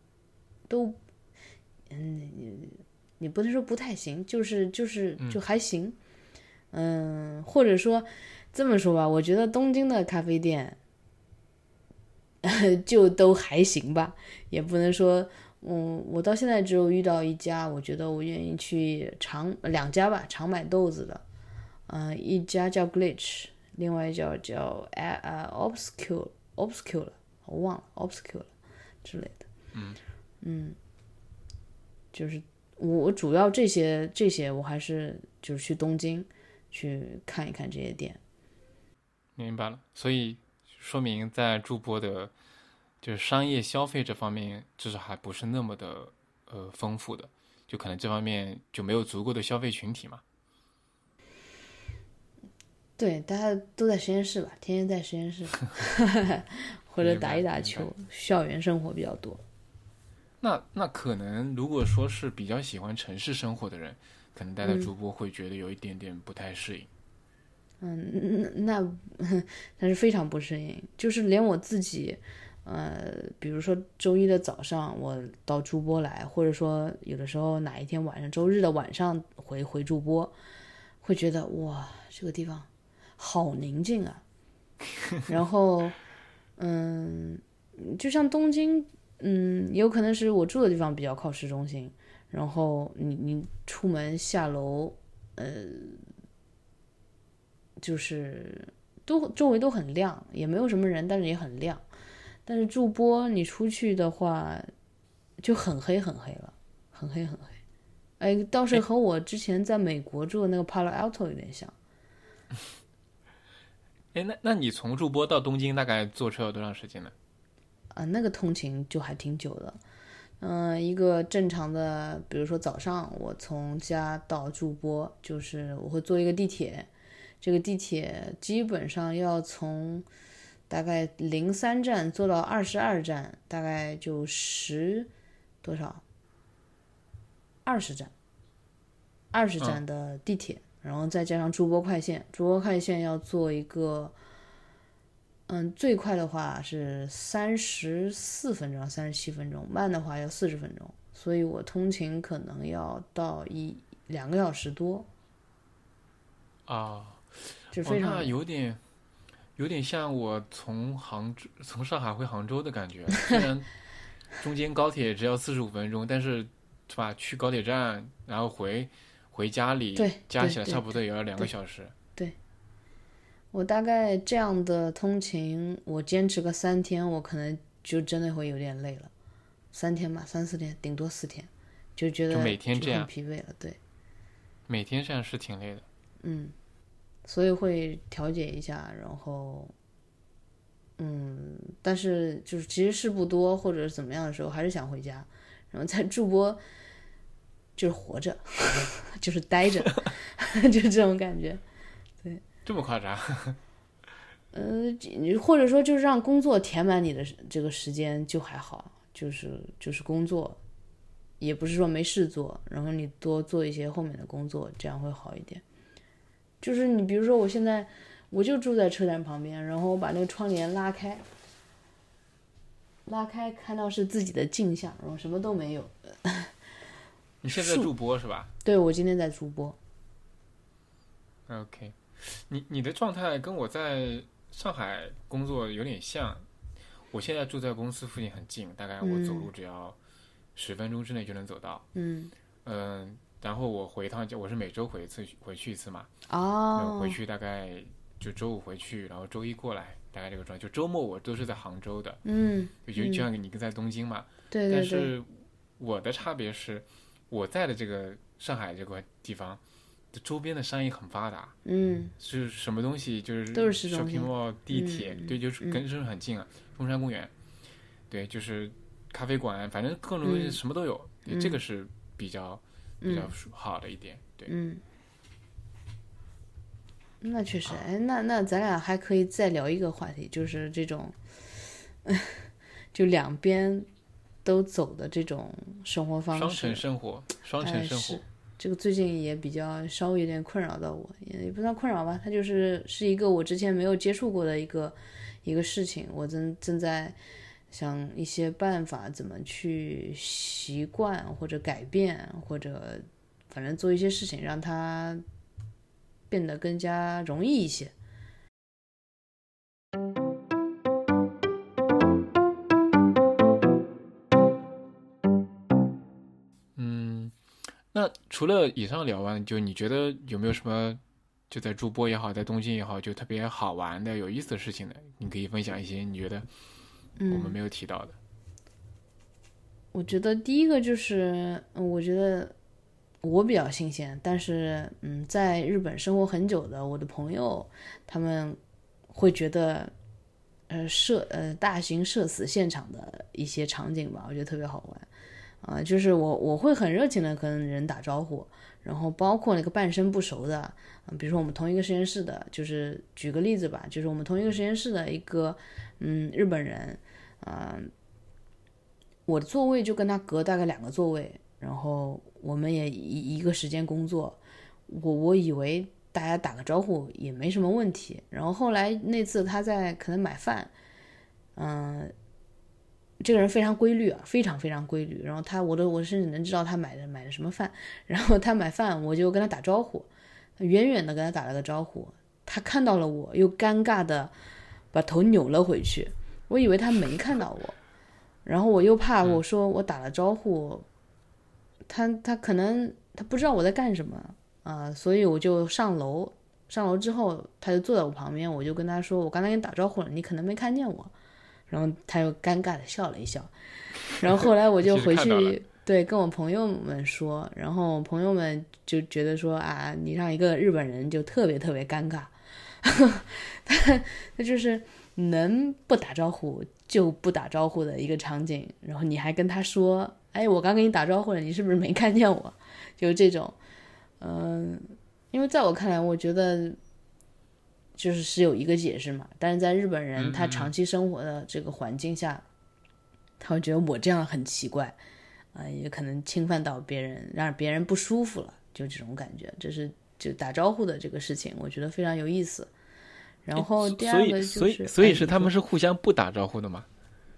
你不能说不太行，就还行，或者说这么说吧，我觉得东京的咖啡店就都还行吧，也不能说，我到现在只有遇到一家，我觉得我愿意去两家吧，常买豆子的，一家叫 Glitch， 另外一家叫Obscure， 我忘了 Obscure 之类的，就是我主要这些我还是就是去东京去看一看这些店。 明白了，所以说明在筑波的，就是商业消费这方面，至少还不是那么的丰富的，就可能这方面就没有足够的消费群体嘛。 对，大家都在实验室吧，天天在实验室，或者打一打球，校园生活比较多。 那可能如果说是比较喜欢城市生活的人，可能待在筑波会觉得有一点点不太适应。 那是非常不适应，就是连我自己，比如说周一的早上我到筑波来，或者说有的时候哪一天晚上，周日的晚上回筑波，会觉得哇，这个地方好宁静啊。然后，就像东京，有可能是我住的地方比较靠市中心，然后你出门下楼，就是周围都很亮，也没有什么人，但是也很亮。但是筑波你出去的话就很黑很黑了，很黑很黑。哎，倒是和我之前在美国住的那个 Palo Alto 有点像。 哎，那你从筑波到东京大概坐车有多长时间呢？ 那个通勤就还挺久的。一个正常的，比如说早上我从家到筑波，就是我会坐一个地铁，这个地铁基本上要从大概03站坐到22站，大概就多少20站，20站的地铁，然后再加上筑波快线，筑波快线要坐一个，最快的话是34分钟、37分钟，慢的话要40分钟，所以我通勤可能要到2个小时多。就非常那有点像我从上海回杭州的感觉，虽然中间高铁只要45分钟，但是是吧？去高铁站，然后回家里，加起来差不多也要2个小时。 对，我大概这样的通勤，我坚持个3天，我可能就真的会有点累了。3天吧，3、4天，顶多4天，就觉得就每天这样很疲惫了。对， 每天这样是挺累的。 所以会调节一下，然后，但是就是其实事不多或者怎么样的时候，还是想回家。然后在筑波就是活着，就是待着，就是这种感觉。对， 这么夸张？ 或者说就是让工作填满你的这个时间就还好，就是工作，也不是说没事做，然后你多做一些后面的工作，这样会好一点。就是你比如说我现在我就住在车站旁边，然后我把那个窗帘拉开看到是自己的镜像，然后什么都没有。 你现在筑波是吧？ 对，我今天在筑波。 OK， 你的状态跟我在上海工作有点像。我现在住在公司附近很近，大概我走路只要10分钟之内就能走到。然后我回一趟家，我是每周回去一次嘛。回去大概就周5回去，然后周1过来，大概这个状态。就周末我都是在杭州的。就像你在东京嘛。 对。 但是我的差别是，我在的这个上海这个地方的周边的商业很发达。是什么东西就是都是市中心 shopping mall 地铁，对，就是跟这很近啊。中山公园，对，就是咖啡馆，反正各种东西什么都有。这个是比较好的一点。对。 那确实。那咱俩还可以再聊一个话题，就是这种就两边都走的这种生活方式。 双城生活，双城生活。 这个最近也比较稍微有点困扰到我，也不算困扰吧，它是一个我之前没有接触过的一个事情，我正在想一些办法怎么去习惯或者改变，或者反正做一些事情让它变得更加容易一些。 那除了以上聊完，就你觉得有没有什么就在筑波也好，在东京也好，就特别好玩的、有意思的事情呢？你可以分享一些你觉得我们没有提到的。 我觉得第一个就是，我觉得我比较新鲜，但是在日本生活很久的我的朋友，他们会觉得大型社死现场的一些场景吧，我觉得特别好玩。就是我会很热情的跟人打招呼，然后包括那个半生不熟的，比如说我们同一个实验室的，就是举个例子吧，就是我们同一个实验室的一个日本人，我的座位就跟他隔大概2个座位，然后我们也一个时间工作，我以为大家打个招呼也没什么问题，然后后来那次他在可能买饭，这个人非常规律啊，非常非常规律。然后我甚至能知道他买的什么饭。然后他买饭，我就跟他打招呼，远远的跟他打了个招呼。他看到了我，又尴尬的把头扭了回去。我以为他没看到我，然后我又怕我说我打了招呼，他可能他不知道我在干什么所以我就上楼。上楼之后，他就坐在我旁边，我就跟他说：“我刚才跟你打招呼了，你可能没看见我。”然后他又尴尬的笑了一笑，然后后来我就回去对跟我朋友们说，然后朋友们就觉得说你让一个日本人就特别特别尴尬，他就是能不打招呼就不打招呼的一个场景，然后你还跟他说，哎，我刚跟你打招呼了，你是不是没看见我？就这种，因为在我看来，我觉得。是有一个解释嘛，但是在日本人他长期生活的这个环境下，他会觉得我这样很奇怪，也可能侵犯到别人，让别人不舒服了，就这种感觉。就打招呼的这个事情，我觉得非常有意思。然后第二个就是， 所以是他们是互相不打招呼的吗？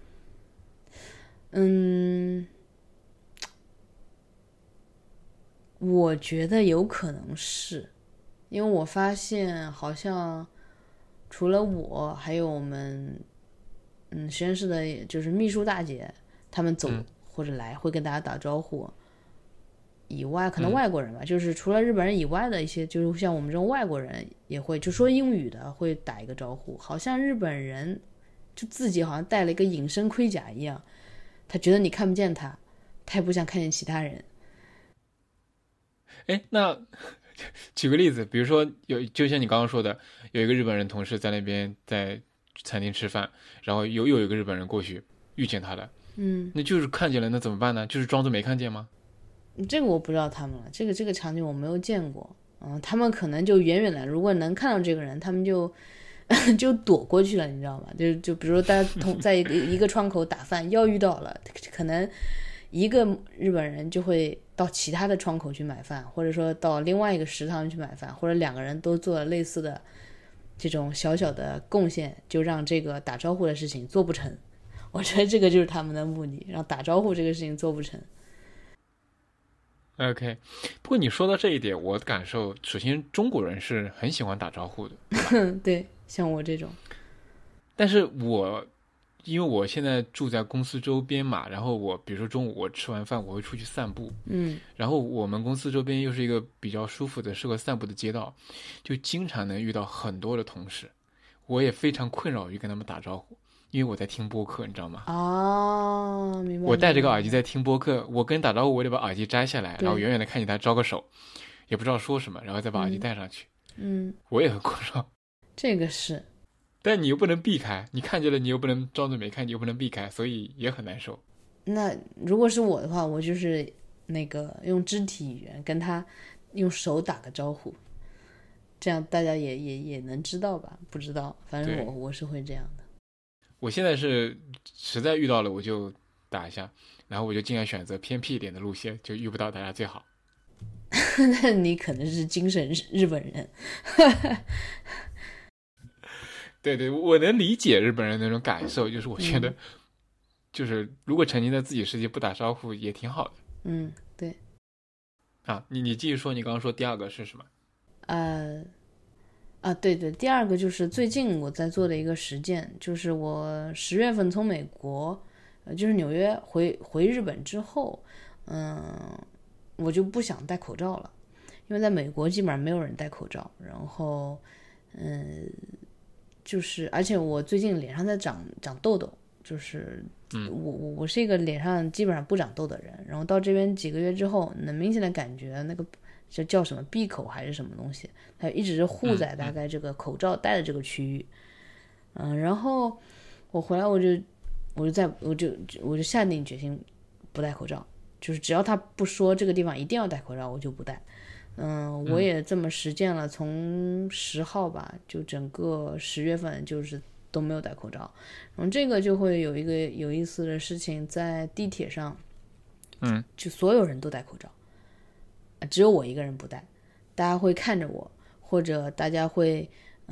我觉得有可能是，因为我发现好像。除了我，还有我们，实验室的就是秘书大姐，他们走或者来会跟大家打招呼。以外，可能外国人吧，就是除了日本人以外的一些，就是像我们这种外国人也会，就说英语的会打一个招呼。好像日本人就自己好像带了一个隐身盔甲一样，他觉得你看不见他，他也不想看见其他人。 哎，那。举个例子，比如说就像你刚刚说的，有一个日本人同事在那边在餐厅吃饭，然后有一个日本人过去遇见他了，那就是看见了，那怎么办呢？就是装作没看见吗？ 这个我不知道他们了，这个场景我没有见过，他们可能就远远的，如果能看到这个人，他们就躲过去了，你知道吗？就比如说大家在一个窗口打饭，要遇到了，可能一个日本人就会到其他的窗口去买饭，或者说到另外一个食堂去买饭，或者2个人都做了类似的这种小小的贡献，就让这个打招呼的事情做不成。我觉得这个就是他们的目的，让打招呼这个事情做不成。 OK， 不过你说到这一点，我的感受，首先中国人是很喜欢打招呼的， 对，像我这种。 但是因为我现在住在公司周边嘛，然后比如说中午我吃完饭我会出去散步，然后我们公司周边又是一个比较舒服的适合散步的街道，就经常能遇到很多的同事，我也非常困扰于跟他们打招呼，因为我在听播客，你知道吗？ 明白。 我戴着个耳机在听播客，我跟人打招呼我得把耳机摘下来，然后远远的看见他招个手，也不知道说什么，然后再把耳机戴上去。我也很困扰。 这个是。 但你又不能避开，你看见了你又不能装作没看，你又不能避开，所以也很难受。 那如果是我的话，我就是那个用肢体语言跟他用手打个招呼，这样大家也能知道吧？不知道，反正我是会这样的。 我现在是实在遇到了，我就打一下，然后我就尽量选择偏僻一点的路线，就遇不到大家最好。 那你可能是精神日本人。 对对，我能理解日本人那种感受，就是我觉得，就是如果沉浸在自己世界不打招呼也挺好的。 对。 啊，你继续说，你刚刚说第二个是什么？ 对对，第二个就是最近我在做的一个实践，就是我10月份从美国，就是纽约回日本之后，我就不想戴口罩了，因为在美国基本上没有人戴口罩，然后，就是而且我最近脸上在长痘痘，就是我是一个脸上基本上不长痘的人，然后到这边几个月之后，能明显的感觉那个叫什么闭口还是什么东西，它一直是护在大概这个口罩戴的这个区域，然后我回来我就下定决心不戴口罩，就是只要他不说这个地方一定要戴口罩，我就不戴。我也这么实践了，从10号吧，就整个10月份就是都没有戴口罩。然后这个就会有一个有意思的事情，在地铁上，就所有人都戴口罩，只有我一个人不戴。大家会看着我，或者大家会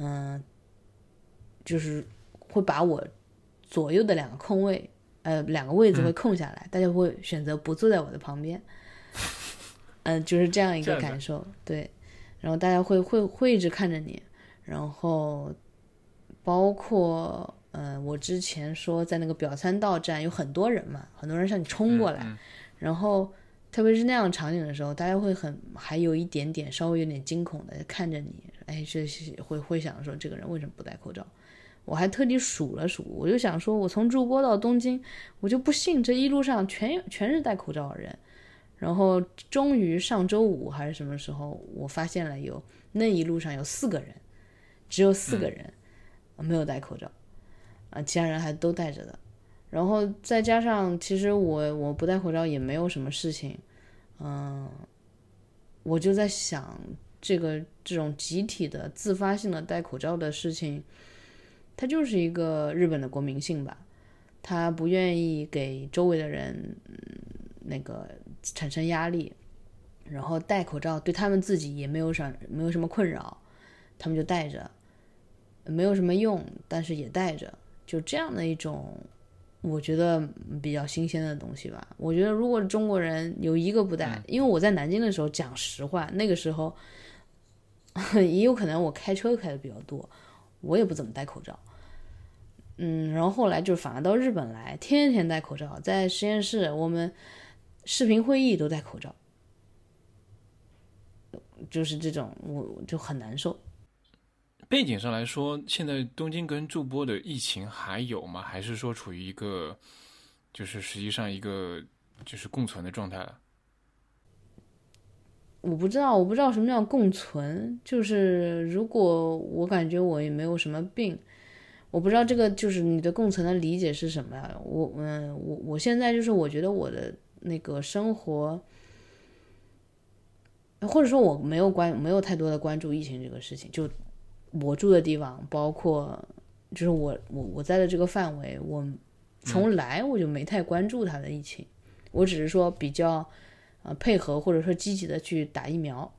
就是会把我左右的2个空位2个位子会空下来，大家会选择不坐在我的旁边。就是这样一个感受，对。然后大家会一直看着你，然后包括我之前说在那个表参道站有很多人嘛，很多人向你冲过来，然后特别是那样的场景的时候，大家会还有一点点稍微有点惊恐的看着你，会想说这个人为什么不戴口罩。我还特地数了数，我就想说我从筑波到东京，我就不信这一路上全是戴口罩的人。然后终于上周五还是什么时候，我发现了那一路上有4个人，只有4个人没有戴口罩，其他人还都戴着的。然后再加上其实我不戴口罩也没有什么事情，我就在想这种集体的自发性的戴口罩的事情，它就是一个日本的国民性吧，他不愿意给周围的人那个产生压力，然后戴口罩对他们自己也没有什么困扰，他们就戴着，没有什么用，但是也戴着，就这样的一种我觉得比较新鲜的东西吧。我觉得如果中国人有一个不戴，因为我在南京的时候讲实话，那个时候也有可能我开车开的比较多，我也不怎么戴口罩。然后后来就反而到日本来，天天戴口罩，在实验室我们视频会议都戴口罩，就是这种我就很难受。 背景上来说，现在东京跟筑波的疫情还有吗？还是说处于一个就是实际上一个就是共存的状态了？ 我不知道什么叫共存，就是如果我感觉我也没有什么病，我不知道这个就是你的共存的理解是什么呀？我现在就是我觉得我的那个生活，或者说我没有太多的关注疫情这个事情，就我住的地方，包括就是我在的这个范围，我从来我就没太关注它的疫情，我只是说比较配合或者说积极的去打疫苗。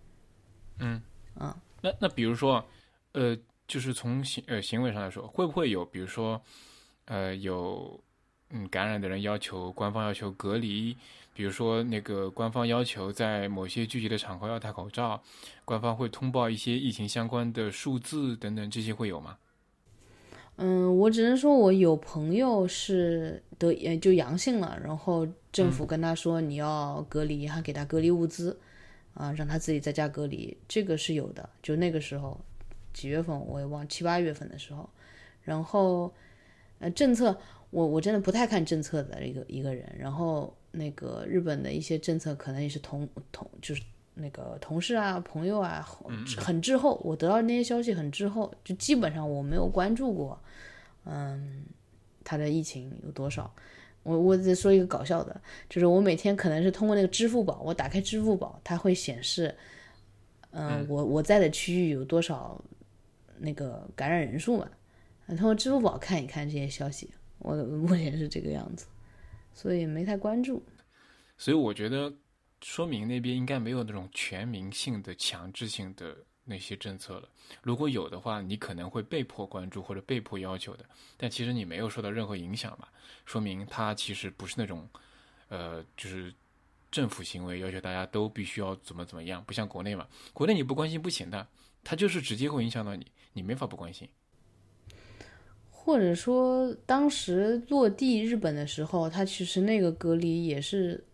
那比如说就是从行为上来说，会不会有比如说有感染的人官方要求隔离，比如说那个官方要求在某些聚集的场合要戴口罩，官方会通报一些疫情相关的数字等等，这些会有吗？ 我只能说我有朋友是就阳性了，然后政府跟他说你要隔离，还给他隔离物资让他自己在家隔离，这个是有的。就那个时候几月份我也忘，7、8月份的时候。然后政策我真的不太看政策的一个人，然后那个日本的一些政策可能也是就是那个同事啊朋友啊很滞后，我得到那些消息很滞后，就基本上我没有关注过他的疫情有多少。我再说一个搞笑的，就是我每天可能是通过那个支付宝，我打开支付宝它会显示我在的区域有多少那个感染人数嘛，通过支付宝看一看这些消息，我目前是这个样子。 所以没太关注。 所以我觉得说明那边应该没有那种全民性的强制性的那些政策了。如果有的话，你可能会被迫关注或者被迫要求的，但其实你没有受到任何影响嘛，说明它其实不是那种就是政府行为要求大家都必须要怎么样，不像国内嘛，国内你不关心不行的，它就是直接会影响到你，你没法不关心。 或者说当时落地日本的时候，它其实那个隔离也是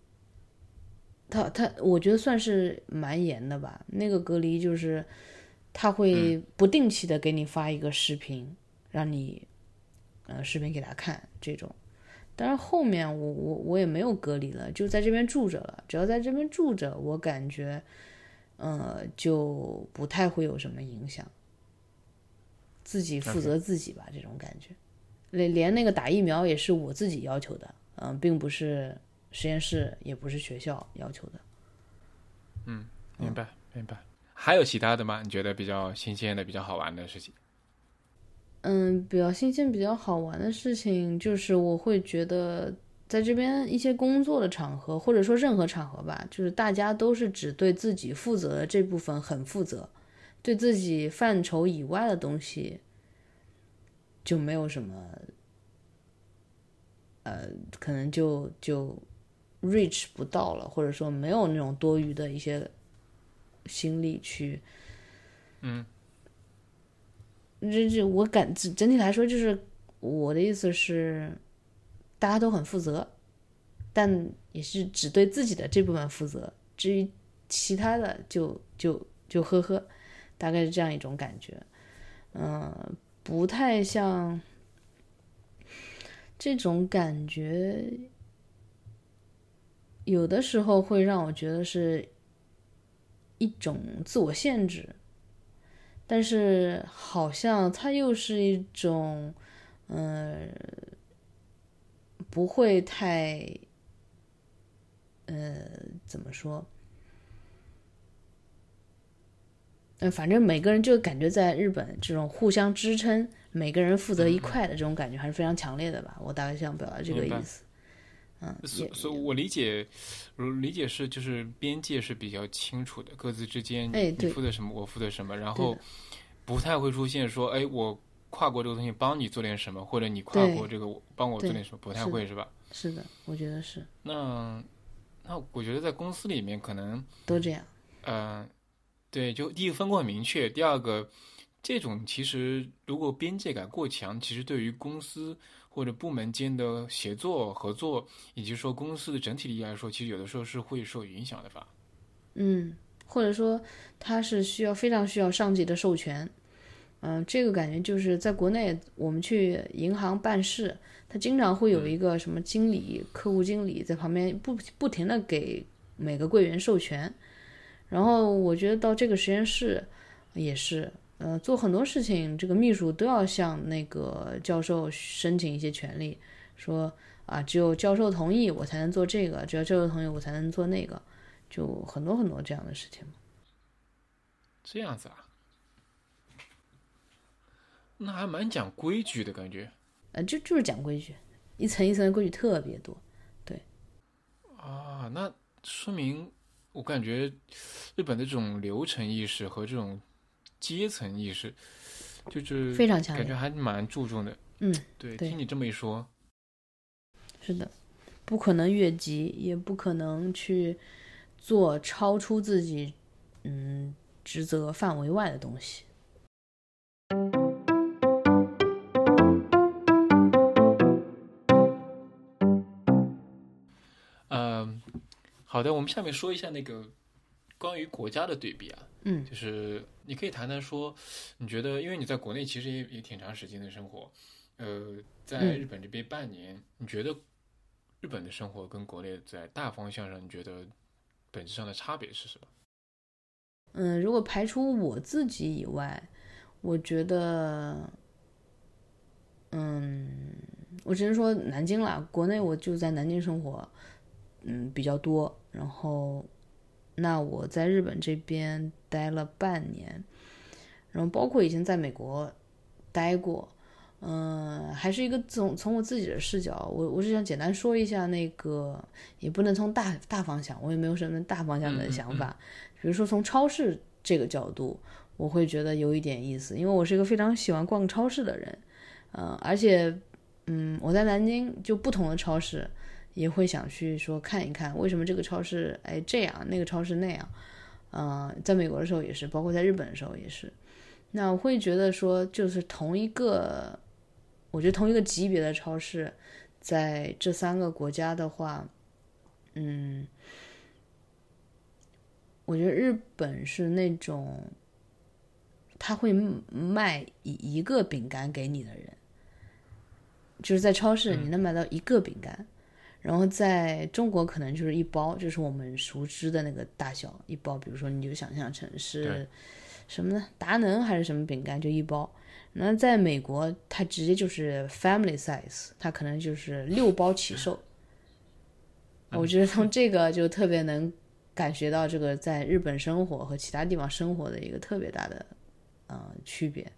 我觉得算是蛮严的吧。那个隔离就是他会不定期的给你发一个视频，让你视频给他看这种。当然后面我也没有隔离了，就在这边住着了。只要在这边住着，我感觉就不太会有什么影响，自己负责自己吧，这种感觉。连那个打疫苗也是我自己要求的，并不是实验室，也不是学校要求的。 明白明白。还有其他的吗？你觉得比较新鲜的、比较好玩的事情？ 比较新鲜、比较好玩的事情，就是我会觉得在这边一些工作的场合，或者说任何场合吧，就是大家都是只对自己负责的这部分很负责，对自己范畴以外的东西就没有什么，可能就 reach 不到了，或者说没有那种多余的一些心力去，我整体来说，就是我的意思是，大家都很负责，但也是只对自己的这部分负责，至于其他的就呵呵，大概是这样一种感觉。不太像这种感觉，有的时候会让我觉得是一种自我限制，但是好像它又是一种，不会太，怎么说？反正每个人就感觉在日本这种互相支撑，每个人负责一块的这种感觉还是非常强烈的吧。我大概想表达这个意思。 所以我理解是就是边界是比较清楚的，各自之间你负责什么，我负责什么，然后不太会出现说，哎，我跨过这个东西帮你做点什么，或者你跨过这个帮我做点什么，不太会是吧？ 是的，我觉得是。 那我觉得在公司里面可能都这样。 对，就第一个分工很明确，第二个，这种其实如果边界感过强，其实对于公司或者部门间的协作合作，以及说公司的整体利益来说，其实有的时候是会受影响的吧。 或者说它是非常需要上级的授权。这个感觉就是在国内，我们去银行办事，他经常会有一个什么经理、客户经理在旁边不停的给每个柜员授权。然后我觉得到这个实验室也是，做很多事情，这个秘书都要向那个教授申请一些权利，说只有教授同意我才能做这个，只有教授同意我才能做那个，就很多很多这样的事情。 这样子啊，那还蛮讲规矩的感觉。 就是讲规矩，一层一层的规矩特别多。对啊，那说明我感觉日本的这种流程意识和这种阶层意识，就是非常强烈， 感觉还蛮注重的。对，听你这么一说， 是的，不可能越级，也不可能去做超出自己职责范围外的东西。 好的，我们下面说一下那个关于国家的对比啊。就是你可以谈谈说，你觉得，因为你在国内其实也挺长时间的生活，在日本这边半年，你觉得日本的生活跟国内在大方向上，你觉得本质上的差别是什么？ 如果排除我自己以外，我觉得，我只能说南京啦，国内我就在南京生活，比较多。然后，那我在日本这边待了半年，然后包括以前在美国待过， 还是一个从我自己的视角，我是想简单说一下那个，也不能从大方向，我也没有什么大方向的想法。比如说从超市这个角度，我会觉得有一点意思，因为我是一个非常喜欢逛超市的人，而且我在南京就不同的超市也会想去说看一看，为什么这个超市这样，那个超市那样。在美国的时候也是，包括在日本的时候也是。那我会觉得说，就是我觉得同一个级别的超市，在这3个国家的话，我觉得日本是那种他会卖一个饼干给你的人，就是在超市你能买到一个饼干，然后在中国可能就是一包，就是我们熟知的那个大小一包，比如说你就想象成是什么呢？达能还是什么饼干，就一包。那在美国，它直接就是 family size， 它可能就是6包起售。我觉得从这个就特别能感觉到这个在日本生活和其他地方生活的一个特别大的区别。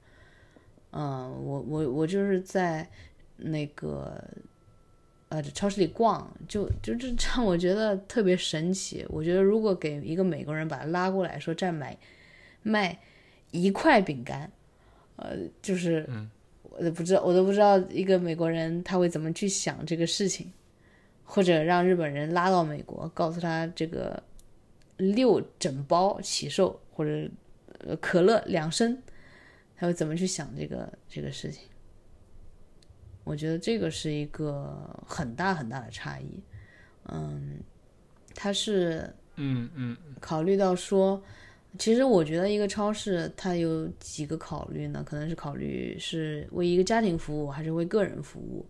我就是在那个超市里逛，就这让我觉得特别神奇。我觉得如果给一个美国人把他拉过来说这儿卖1块饼干，就是我都不知道一个美国人他会怎么去想这个事情，或者让日本人拉到美国告诉他这个6整包起售，或者可乐2升，他会怎么去想这个事情。我觉得这个是一个很大很大的差异。它是考虑到说，其实我觉得一个超市它有几个考虑呢，可能是考虑是为一个家庭服务还是为个人服务。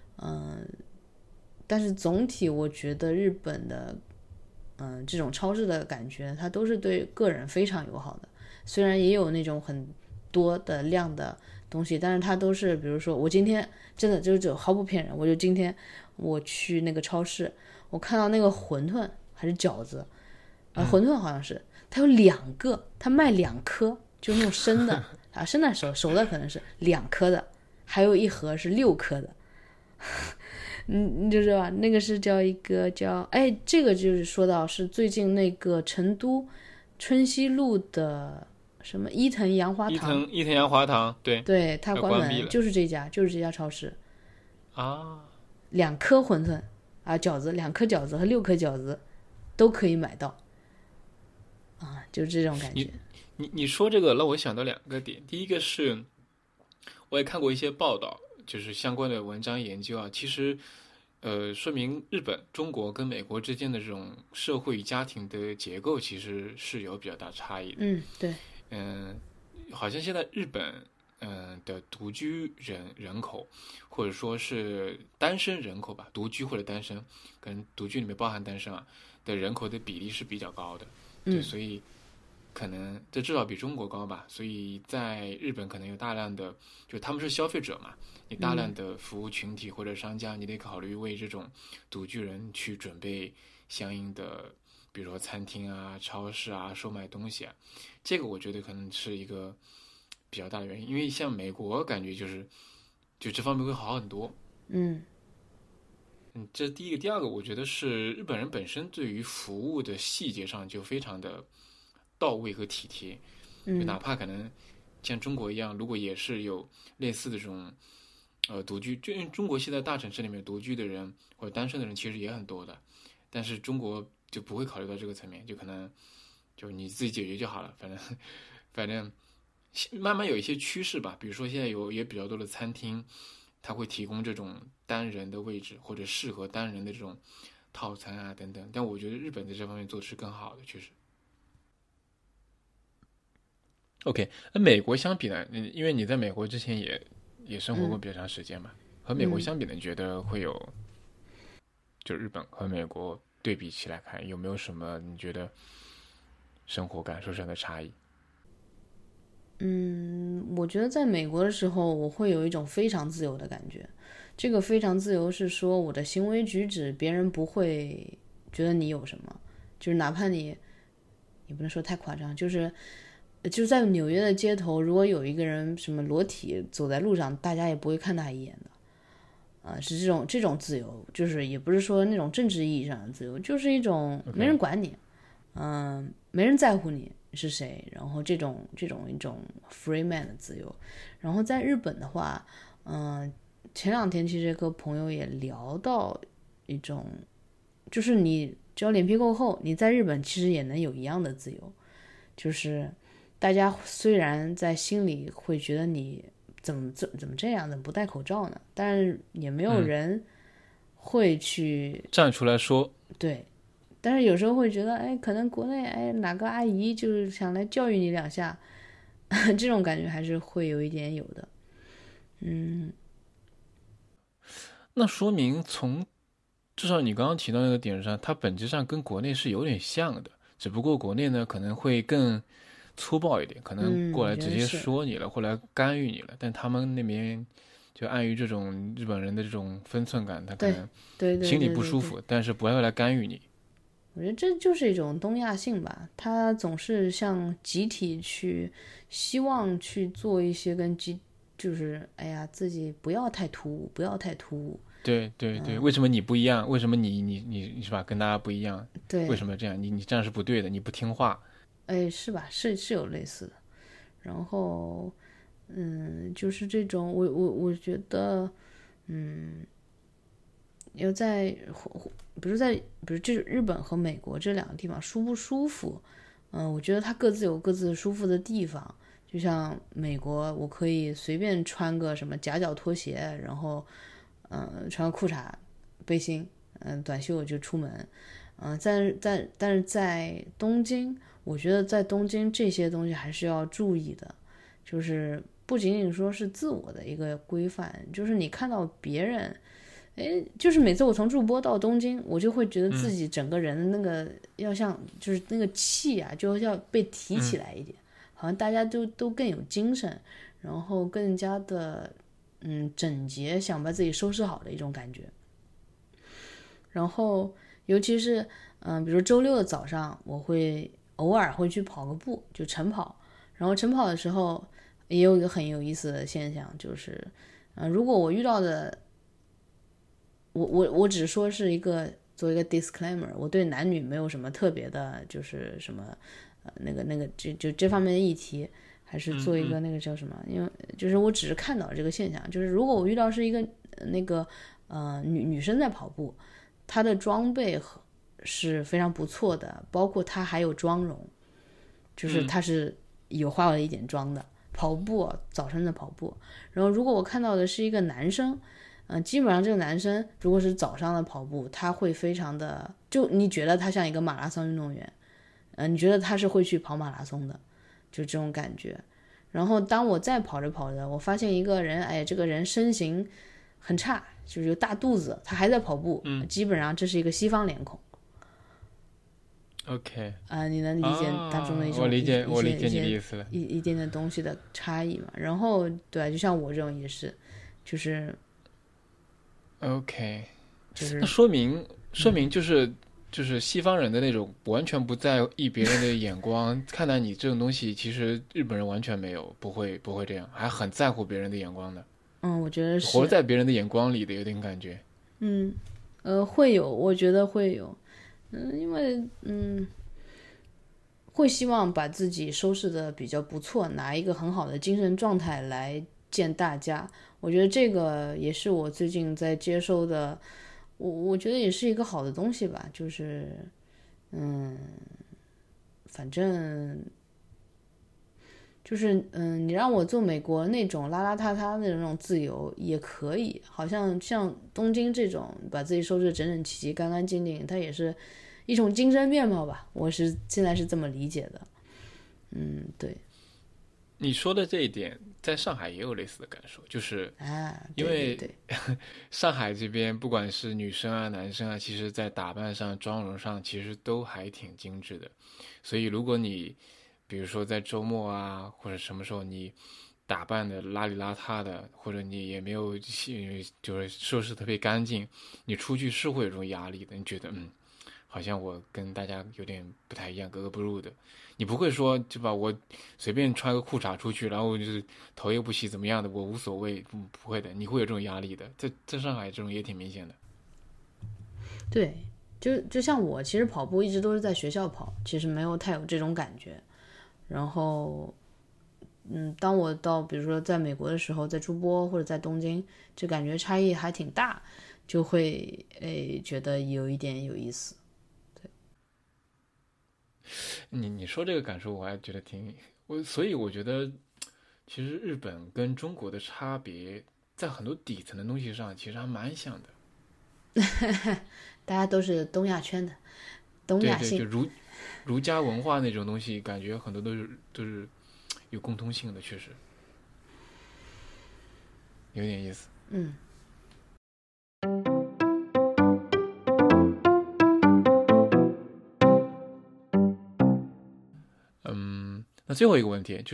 但是总体我觉得日本的这种超市的感觉，它都是对个人非常友好的。虽然也有那种很多的量的东西，但是它都是比如说我今天真的就毫不骗人，我就今天我去那个超市，我看到那个馄饨还是饺子馄饨好像是它有2个，它卖2颗，就是那种生的生的熟的可能是2颗的，还有一盒是6颗的。你就知道吧，那个是叫一个叫这个就是说到是最近那个成都春熙路的什么伊藤洋华堂， 伊藤洋华堂， 对，它关门，就是这家超市啊 ，2颗馄饨饺子，2颗饺子和6颗饺子都可以买到就是这种感觉。 你说这个让我想到2个点，第一个是我也看过一些报道，就是相关的文章研究其实说明日本、中国跟美国之间的这种社会与家庭的结构其实是有比较大差异的。 对。 好像现在日本的独居人口，或者说是单身人口吧，独居或者单身，可能独居里面包含单身的人口的比例是比较高的。对，所以可能这至少比中国高吧。所以在日本可能有大量的，就他们是消费者嘛，你大量的服务群体或者商家，你得考虑为这种独居人去准备相应的，比如说餐厅超市售卖东西这个我觉得可能是一个比较大的原因。因为像美国感觉就这方面会好很多。这是第一个。第二个我觉得是日本人本身对于服务的细节上就非常的到位和体贴。就哪怕可能像中国一样，如果也是有类似的这种独居，就因为中国现在大城市里面独居的人或者单身的人其实也很多的，但是中国就不会考虑到这个层面，就可能就你自己解决就好了。反正慢慢有一些趋势吧，比如说现在也比较多的餐厅，它会提供这种单人的位置或者适合单人的这种套餐等等。但我觉得日本在这方面做的是更好的，确实。OK， 那美国相比呢？因为你在美国之前也生活过比较长时间嘛，和美国相比呢，你觉得会有就日本和美国对比起来看，有没有什么你觉得生活感受上的差异？ 我觉得在美国的时候，我会有一种非常自由的感觉。这个非常自由是说我的行为举止，别人不会觉得你有什么，就是哪怕你不能说太夸张，就是就在纽约的街头，如果有一个人什么裸体走在路上，大家也不会看他一眼的。是这种自由，就是也不是说那种政治意义上的自由，就是一种没人管你，没人在乎你是谁，然后这种一种 free man 的自由。然后在日本的话，前两天其实和朋友也聊到一种，就是你只要脸皮够厚，你在日本其实也能有一样的自由，就是大家虽然在心里会觉得你怎么这样，怎么不戴口罩呢？但是也没有人会去站出来说。 对，但是有时候会觉得，哎，可能国内哪个阿姨就是想来教育你两下，这种感觉还是会有一点有的。 那说明至少你刚刚提到那个点上，它本质上跟国内是有点像的，只不过国内呢可能会更粗暴一点，可能过来直接说你了，或来干预你了。但他们那边就碍于这种日本人的这种分寸感，他可能心里不舒服，但是不会来干预你。 我觉得这就是一种东亚性吧，他总是向集体去希望去做一些跟就是哎呀自己不要太突兀，不要太突兀。 对对对，为什么你不一样？为什么你是吧？跟大家不一样？ 对， 为什么这样？你这样是不对的，你不听话。 哎，是吧？是有类似的。然后，就是这种，我觉得，要在，比如这日本和美国这两个地方舒不舒服？我觉得它各自有各自舒服的地方。就像美国，我可以随便穿个什么夹脚拖鞋，然后，穿个裤衩、背心，短袖就出门。但是在东京，我觉得在东京这些东西还是要注意的，就是不仅仅说是自我的一个规范，就是你看到别人，就是每次我从筑波到东京，我就会觉得自己整个人的那个要像，就是那个气啊，就要被提起来一点，好像大家都更有精神，然后更加的整洁，想把自己收拾好的一种感觉。然后尤其是比如周六的早上，我会偶尔会去跑个步，就晨跑。然后晨跑的时候也有一个很有意思的现象，就是如果我遇到的，我只说是做一个 disclaimer， 我对男女没有什么特别的，就是什么那个就这方面的议题，还是做一个那个叫什么？因为就是我只是看到这个现象，就是如果我遇到是一个那个女生在跑步。她的装备是非常不错的，包括她还有妆容，就是她是有化了一点妆的。跑步，早晨的跑步。然后如果我看到的是一个男生，基本上这个男生如果是早上的跑步，他会非常的，就你觉得他像一个马拉松运动员，你觉得他是会去跑马拉松的，就这种感觉。然后当我再跑着跑着，我发现一个人，这个人身形很差，就是有大肚子，他还在跑步，基本上这是一个西方脸孔。 OK， 你能理解当中的一种、 我理解你的意思了， 一点点东西的差异嘛。然后对，就像我这种也是，就是 OK， 就是那说明就是西方人的那种完全不在意别人的眼光看待你这种东西，其实日本人完全没有，不会这样，还很在乎别人的眼光的。 我觉得是活在别人的眼光里的，有点感觉。 会有，我觉得会有，因为会希望把自己收拾的比较不错，拿一个很好的精神状态来见大家。我觉得这个也是我最近在接收的，我觉得也是一个好的东西吧，就是反正。就是你让我做美国那种邋邋遢遢的那种自由也可以，好像东京这种把自己收拾整整齐齐、干干净净，它也是一种精神面貌吧。我现在是这么理解的。对。 你说的这一点，在上海也有类似的感受，就是因为上海这边不管是女生啊、男生啊，其实在打扮上、妆容上，其实都还挺精致的。所以如果你比如说在周末啊，或者什么时候你打扮的邋里邋遢的，或者你也没有就是收拾特别干净，你出去是会有这种压力的。你觉得好像我跟大家有点不太一样，格格不入的。你不会说对吧？我随便穿个裤衩出去，然后就是头也不洗怎么样的，我无所谓，不会的，你会有这种压力的。在上海这种也挺明显的。 对，就像我其实跑步一直都是在学校跑，其实没有太有这种感觉。然后当我到比如说在美国的时候，在筑波或者在东京，就感觉差异还挺大，就会觉得有一点有意思。 你说这个感受，我还觉得所以我觉得其实日本跟中国的差别，在很多底层的东西上，其实还蛮像的。 大家都是东亚圈的，东对对，就亚性。 儒家文化那种东西，感觉很多都是有共通性的，确实有点意思。 嗯那最后一个问题就是，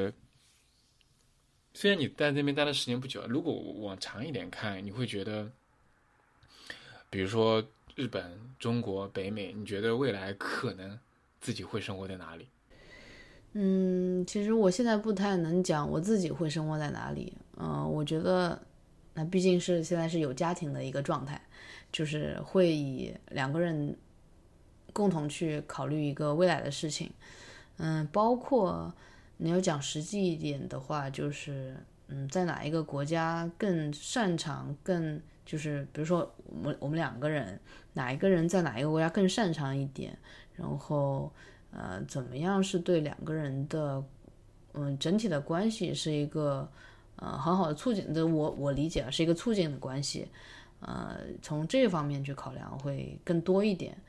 虽然你在那边待的时间不久，如果往长一点看，你会觉得，比如说日本、中国、北美，你觉得未来可能自己会生活在哪里？ 其实我现在不太能讲我自己会生活在哪里。我觉得那毕竟是现在是有家庭的一个状态，就是会以两个人共同去考虑一个未来的事情。包括你要讲实际一点的话，就是在哪一个国家更擅长，就是比如说我们两个人哪一个人在哪一个国家更擅长一点，然后怎么样是对两个人的整体的关系是一个很好的促进的，我理解是一个促进的关系，从这方面去考量会更多一点。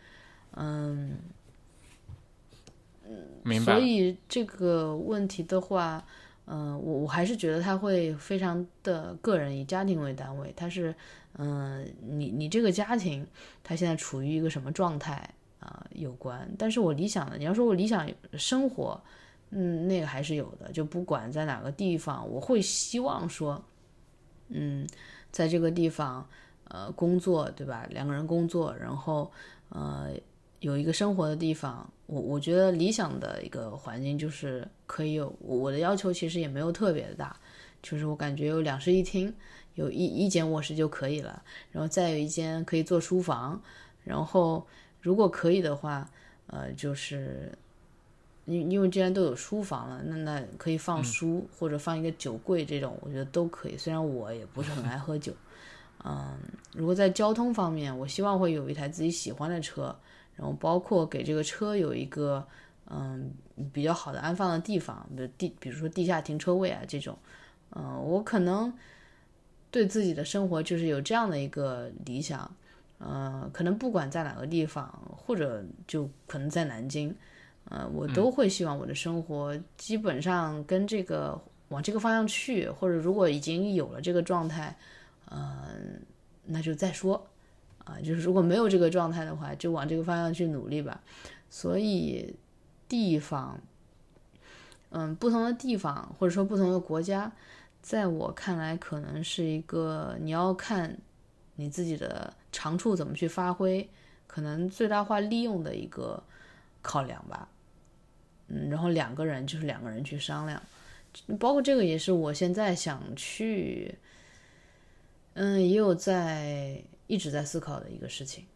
所明白了。 以这个问题的话，我还是觉得他会非常的个人，以家庭为单位。他是，你这个家庭，他现在处于一个什么状态有关。但是我理想的，你要说我理想生活，那个还是有的。就不管在哪个地方，我会希望说，在这个地方，工作，对吧？两个人工作，然后，有一个生活的地方。我觉得理想的一个环境就是可以有我的要求，其实也没有特别的大，就是我感觉有两室一厅，有一间卧室就可以了，然后再有一间可以做书房，然后如果可以的话，就是因为既然都有书房了，那可以放书或者放一个酒柜这种，我觉得都可以。虽然我也不是很爱喝酒，如果在交通方面，我希望会有一台自己喜欢的车，然后包括给这个车有一个比较好的安放的地方，比如说地下停车位啊这种。我可能对自己的生活就是有这样的一个理想，可能不管在哪个地方，或者就可能在南京，我都会希望我的生活基本上跟这个往这个方向去，或者如果已经有了这个状态，那就再说就是如果没有这个状态的话，就往这个方向去努力吧。所以地方，不同的地方或者说不同的国家，在我看来可能是一个你要看你自己的长处怎么去发挥，可能最大化利用的一个考量吧。然后两个人就是两个人去商量，包括这个也是我现在想去，也有一直在思考的一个事情。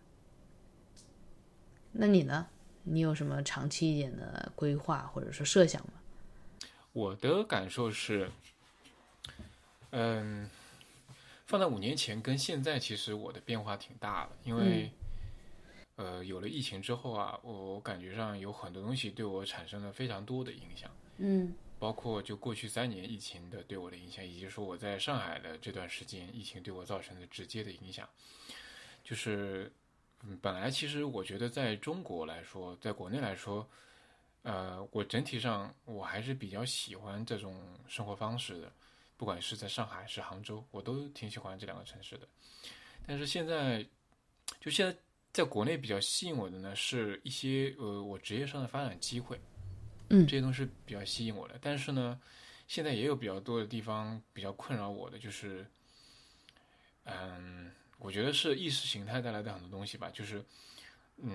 那你呢？你有什么长期一点的规划或者说设想吗？ 我的感受是，嗯，放在5年前跟现在，其实我的变化挺大的，因为有了疫情之后啊，我感觉上有很多东西对我产生了非常多的影响，包括就过去3年疫情的对我的影响，以及说我在上海的这段时间，疫情对我造成的直接的影响，就是本来其实我觉得在中国来说，在国内来说，我整体上我还是比较喜欢这种生活方式的，不管是在上海是杭州，我都挺喜欢这2个城市的。但是现在在国内比较吸引我的呢，是一些我职业上的发展机会，这些东西比较吸引我的。但是呢，现在也有比较多的地方比较困扰我的，就是我觉得是意识形态带来的很多东西吧，就是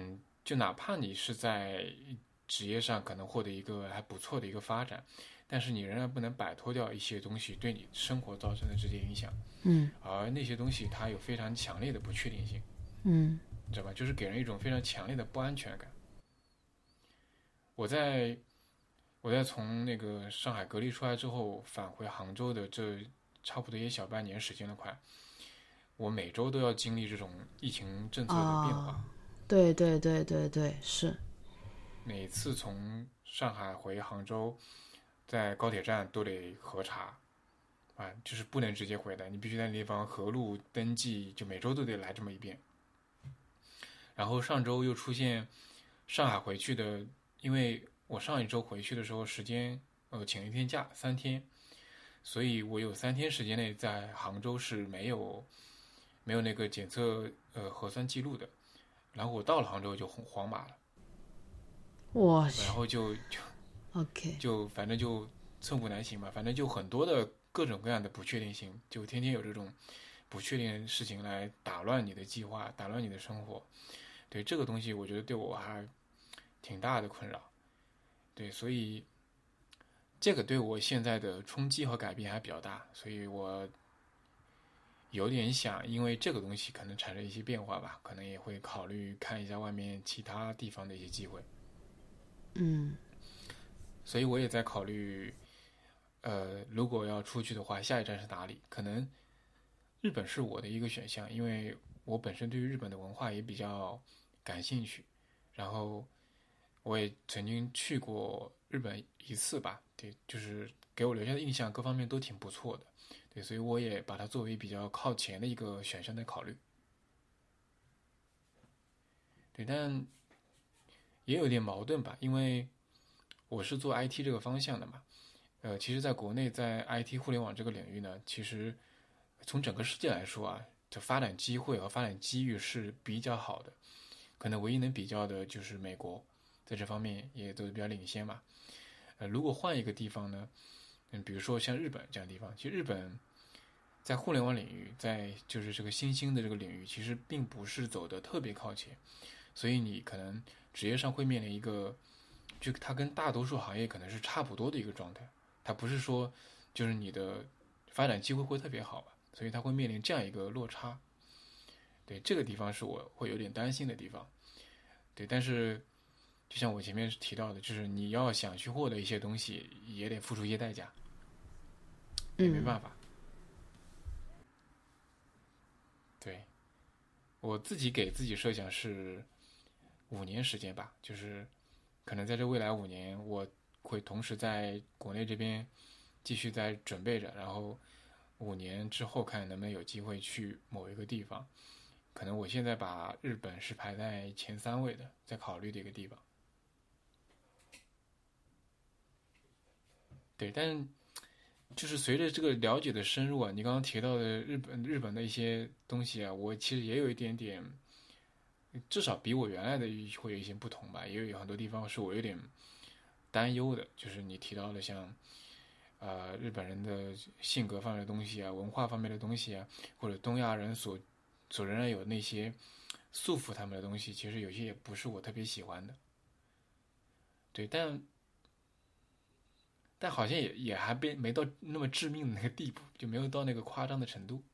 就哪怕你是在职业上可能获得一个还不错的一个发展，但是你仍然不能摆脱掉一些东西对你生活造成的直接影响。而那些东西它有非常强烈的不确定性。你知道吧？就是给人一种非常强烈的不安全感。我在从那个上海隔离出来之后，返回杭州的这差不多也小半年时间了，快。我每周都要经历这种疫情政策的变化。 对，是。 每次从上海回杭州，在高铁站都得核查，就是不能直接回来，你必须在那地方核录登记，就每周都得来这么一遍。然后上周又出现上海回去的，因为我上一周回去的时候时间请了一天假，3天，所以我有3天时间内在杭州是没有那个检测核酸记录的。然后我到了杭州就黄码了，然后就 OK， 就反正就寸步难行吧，反正就很多的各种各样的不确定性，就天天有这种不确定的事情来打乱你的计划，打乱你的生活。对这个东西，我觉得对我还挺大的困扰。对，所以这个对我现在的冲击和改变还比较大，所以我有点想因为这个东西可能产生一些变化吧，可能也会考虑看一下外面其他地方的一些机会。所以我也在考虑，如果要出去的话，下一站是哪里？可能日本是我的一个选项，因为我本身对于日本的文化也比较感兴趣，然后我也曾经去过日本1次吧，对，就是给我留下的印象各方面都挺不错的，对，所以我也把它作为比较靠前的一个选项在考虑。对，但也有点矛盾吧，因为我是做 IT 这个方向的嘛，其实在国内在 IT 互联网这个领域呢，其实从整个世界来说啊，这发展机会和发展机遇是比较好的，可能唯一能比较的就是美国，在这方面也都比较领先嘛。如果换一个地方呢，比如说像日本这样的地方，其实日本在互联网领域，在就是这个新兴的这个领域，其实并不是走得特别靠前，所以你可能职业上会面临一个，就它跟大多数行业可能是差不多的一个状态，它不是说就是你的发展机会会特别好吧，所以它会面临这样一个落差。对，这个地方是我会有点担心的地方。对，但是就像我前面提到的，就是你要想去获得一些东西，也得付出一些代价，也没办法。对，我自己给自己设想是5年时间吧，就是可能在这未来5年，我会同时在国内这边继续在准备着，然后5年之后看能不能有机会去某一个地方。可能我现在把日本是排在前3位的，在考虑的一个地方。对，但就是随着这个了解的深入啊，你刚刚提到的日本的一些东西啊，我其实也有一点点，至少比我原来的会有一些不同吧，也有很多地方是我有点担忧的，就是你提到的像日本人的性格方面的东西啊，文化方面的东西啊，或者东亚人所仍然有那些束缚他们的东西，其实有些也不是我特别喜欢的。对，但好像也还没到那么致命的那个地步，就没有到那个夸张的程度。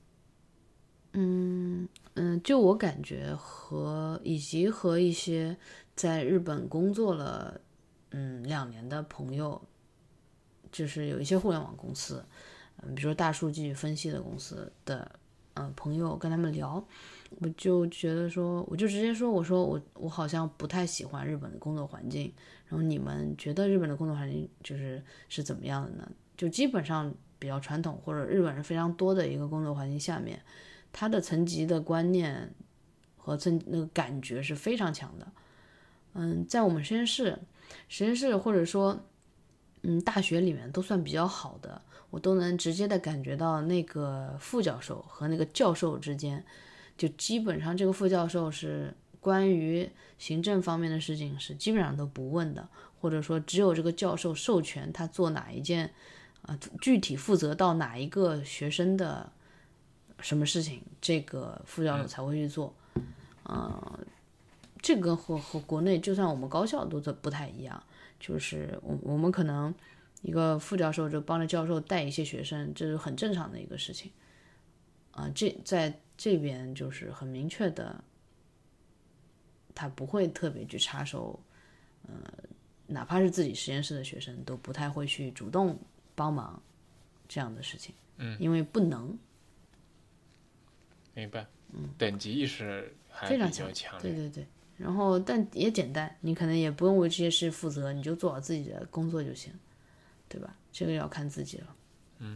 就我感觉以及和一些在日本工作了2年的朋友，就是有一些互联网公司，比如说大数据分析的公司的朋友跟他们聊，我就觉得说，我就直接说，我好像不太喜欢日本的工作环境，然后你们觉得日本的工作环境是怎么样的呢？就基本上比较传统或者日本人非常多的一个工作环境下面，他的层级的观念和那个感觉是非常强的。在我们实验室或者说大学里面都算比较好的，我都能直接的感觉到那个副教授和那个教授之间，就基本上这个副教授是关于行政方面的事情是基本上都不问的，或者说只有这个教授授权他做哪一件具体负责到哪一个学生的什么事情，这个副教授才会去做。 这个和国内就算我们高校都不太一样，就是我们可能一个副教授就帮着教授带一些学生，这是很正常的一个事情在这边就是很明确的，他不会特别去插手，哪怕是自己实验室的学生都不太会去主动帮忙这样的事情，因为不能。 明白，等级意识还比非常较强烈，对，然后但也简单，你可能也不用为这些事负责，你就做好自己的工作就行，对吧？这个要看自己了。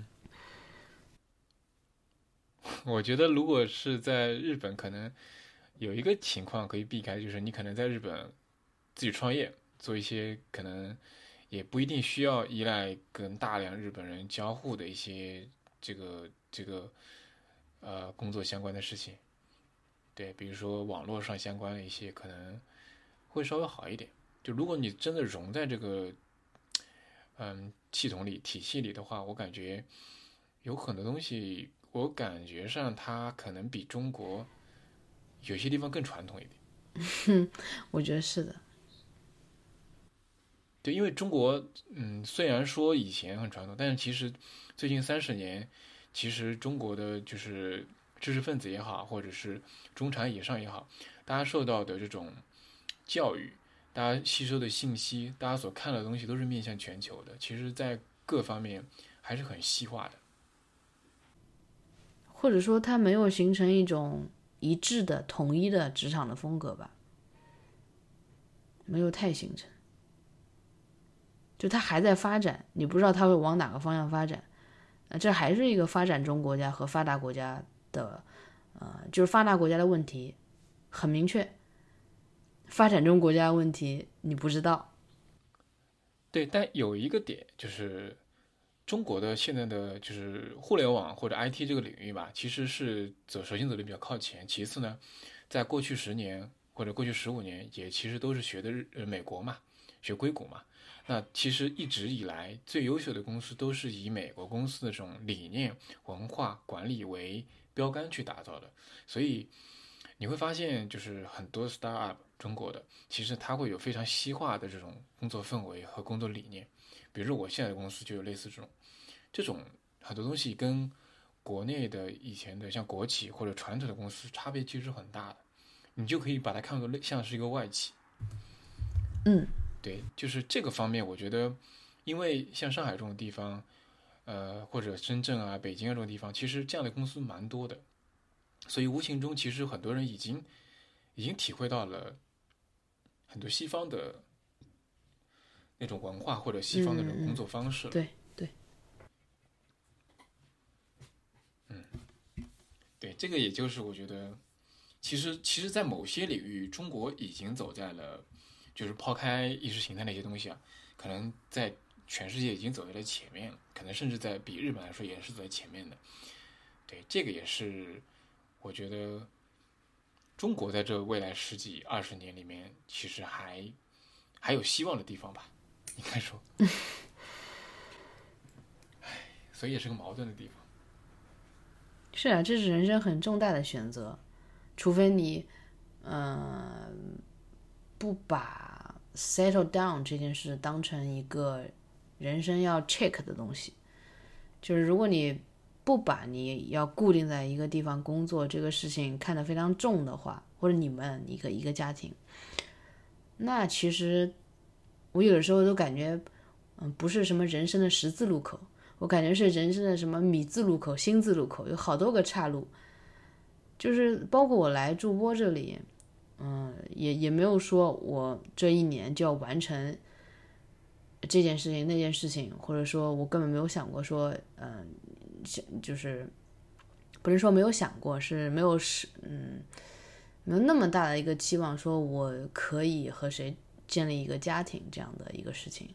我觉得如果是在日本，可能有一个情况可以避开，就是你可能在日本自己创业，做一些可能也不一定需要依赖跟大量日本人交互的一些这个工作相关的事情。对，比如说网络上相关的一些，可能会稍微好一点。就如果你真的融在这个系统里、体系里的话，我感觉有很多东西，我感觉上它可能比中国有些地方更传统一点。 我觉得是的。 对，因为中国，虽然说以前很传统，但是其实最近30年，其实中国的就是知识分子也好，或者是中产以上也好，大家受到的这种教育，大家吸收的信息，大家所看的东西都是面向全球的，其实在各方面还是很西化的， 或者说它没有形成一种一致的、统一的职场的风格吧，没有太形成。就它还在发展，你不知道它会往哪个方向发展。这还是一个发展中国家和发达国家的，就是发达国家的问题很明确，发展中国家的问题你不知道。 对，但有一个点就是中国的现在的就是互联网或者 IT 这个领域吧，其实是首先走的比较靠前，其次呢，在过去10年或者过去15年，也其实都是学的美国嘛，学硅谷嘛。那其实一直以来最优秀的公司都是以美国公司的这种理念、文化、管理为标杆去打造的，所以你会发现，就是很多 startup 中国的，其实它会有非常西化的这种工作氛围和工作理念。比如说我现在的公司就有类似这种很多东西跟国内的以前的像国企或者传统的公司差别其实很大的，你就可以把它看作像是一个外企。对，就是这个方面，我觉得，因为像上海这种地方，或者深圳啊、北京啊这种地方，其实这样的公司蛮多的，所以无形中其实很多人已经体会到了很多西方的那种文化或者西方的那种工作方式了。 对， 对，这个也就是我觉得，其实，在某些领域，中国已经走在了，就是抛开意识形态那些东西啊，可能在全世界已经走在了前面了，可能甚至在比日本来说也是走在前面的。对，这个也是我觉得中国在这未来10几20年里面，其实还有希望的地方吧，应该说。所以也是个矛盾的地方。 是啊，这是人生很重大的选择，除非你，不把 settle down 这件事当成一个人生要 check 的东西，就是如果你不把你要固定在一个地方工作这个事情看得非常重的话，或者你们一个家庭，那其实我有的时候都感觉，不是什么人生的十字路口。我感觉是人生的什么米字路口、心字路口，有好多个岔路。就是包括我来筑波这里，也没有说我这一年就要完成这件事情、那件事情，或者说我根本没有想过说，就是不是说没有想过，是没有没有那么大的一个期望，说我可以和谁建立一个家庭这样的一个事情，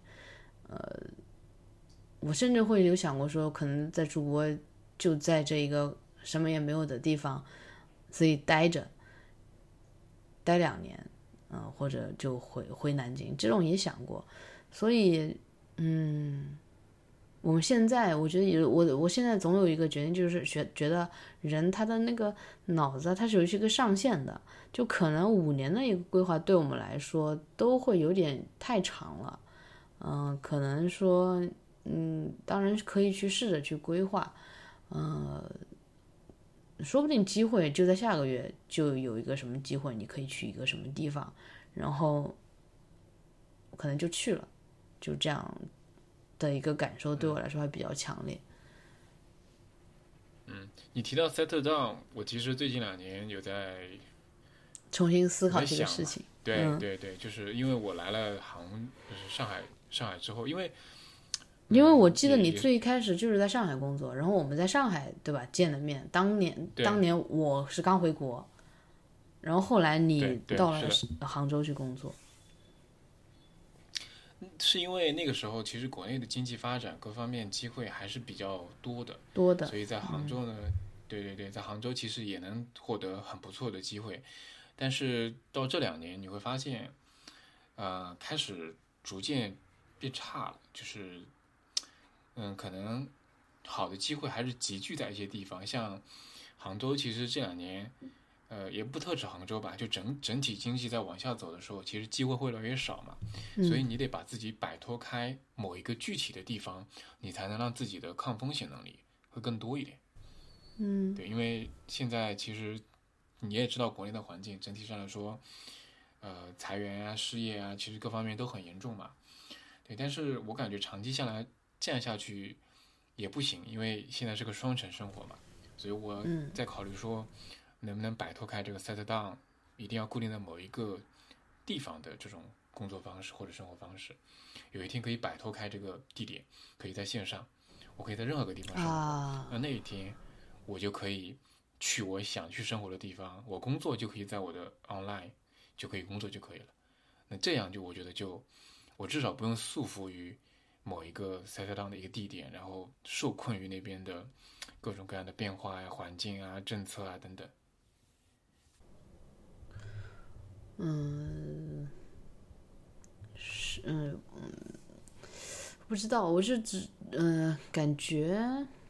我甚至会有想过说，可能在主播就在这一个什么也没有的地方自己待2年，或者就回南京，这种也想过。所以， 我们现在我觉得我现在总有一个决定，就是觉得人他的那个脑子他是有一个上限的，就可能5年的一个规划对我们来说都会有点太长了。可能说，当然可以去试着去规划，说不定机会就在下个月就有一个什么机会，你可以去一个什么地方，然后可能就去了，就这样的一个感受对我来说还比较强烈。 你提到 settle down，我其实最近2年有在重新思考这个想嘛， 事情。 对对对，就是因为我来了就是上海之后，因为我记得也你最开始就是在上海工作，然后我们在上海对吧见的面。当年我是刚回国，然后后来你到了杭州去工作。 是因为那个时候其实国内的经济发展各方面机会还是比较多的，所以在杭州呢，对对对，在杭州其实也能获得很不错的机会，但是到这2年你会发现，开始逐渐变差了，就是可能好的机会还是集聚在一些地方，像杭州，其实这2年。也不特指杭州吧，就整体经济在往下走的时候，其实机会会越来越少嘛，所以你得把自己摆脱开某一个具体的地方，你才能让自己的抗风险能力会更多一点。对，因为现在其实你也知道国内的环境整体上来说，裁员啊、失业啊，其实各方面都很严重嘛。对，但是我感觉长期下来这样下去也不行，因为现在是个双城生活嘛，所以我在考虑说。能不能摆脱开这个 set down， 一定要固定在某一个地方的这种工作方式或者生活方式，有一天可以摆脱开这个地点，可以在线上，我可以在任何个地方生活。那一天我就可以去我想去生活的地方，我工作就可以在我的 online 就可以工作就可以了。那这样我觉得我至少不用束缚于某一个 set down 的一个地点，然后受困于那边的各种各样的变化呀、环境啊、政策啊等等。 不知道，我是感觉，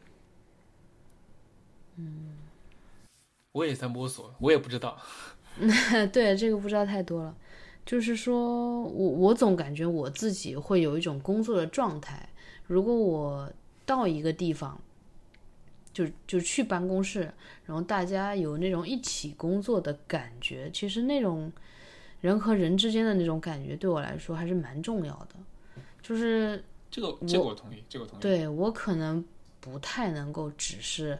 我也在摸索，我也不知道。 对这个不知道太多了。就是说我总感觉我自己会有一种工作的状态，如果我到一个地方，就去办公室，然后大家有那种一起工作的感觉，其实那种人和人之间的那种感觉对我来说还是蛮重要的。就是这个我同意，这个同意。 对，我可能不太能够只是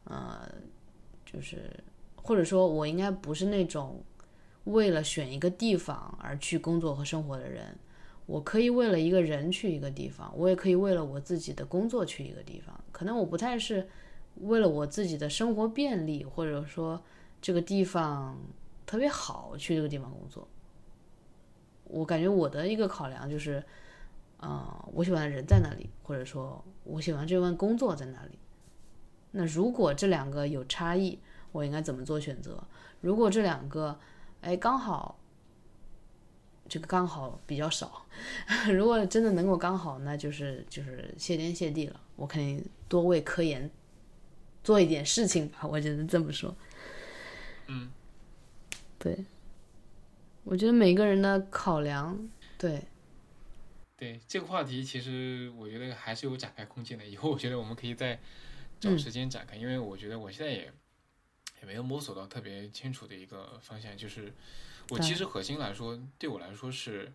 就是或者说我应该不是那种为了选一个地方而去工作和生活的人。我可以为了一个人去一个地方，我也可以为了我自己的工作去一个地方。可能我不太是为了我自己的生活便利，或者说这个地方特别好去这个地方工作。我感觉我的一个考量就是，我喜欢的人在那里，或者说我喜欢这份工作在那里。那如果这两个有差异，我应该怎么做选择？如果这两个，刚好，这个刚好比较少，如果真的能够刚好，那就是谢天谢地了。我肯定多为科研做一点事情吧，我觉得这么说。对，我觉得每个人的考量，对这个话题，其实我觉得还是有展开空间的。以后我觉得我们可以再找时间展开，因为我觉得我现在也没有摸索到特别清楚的一个方向。就是我其实核心来说，对我来说是，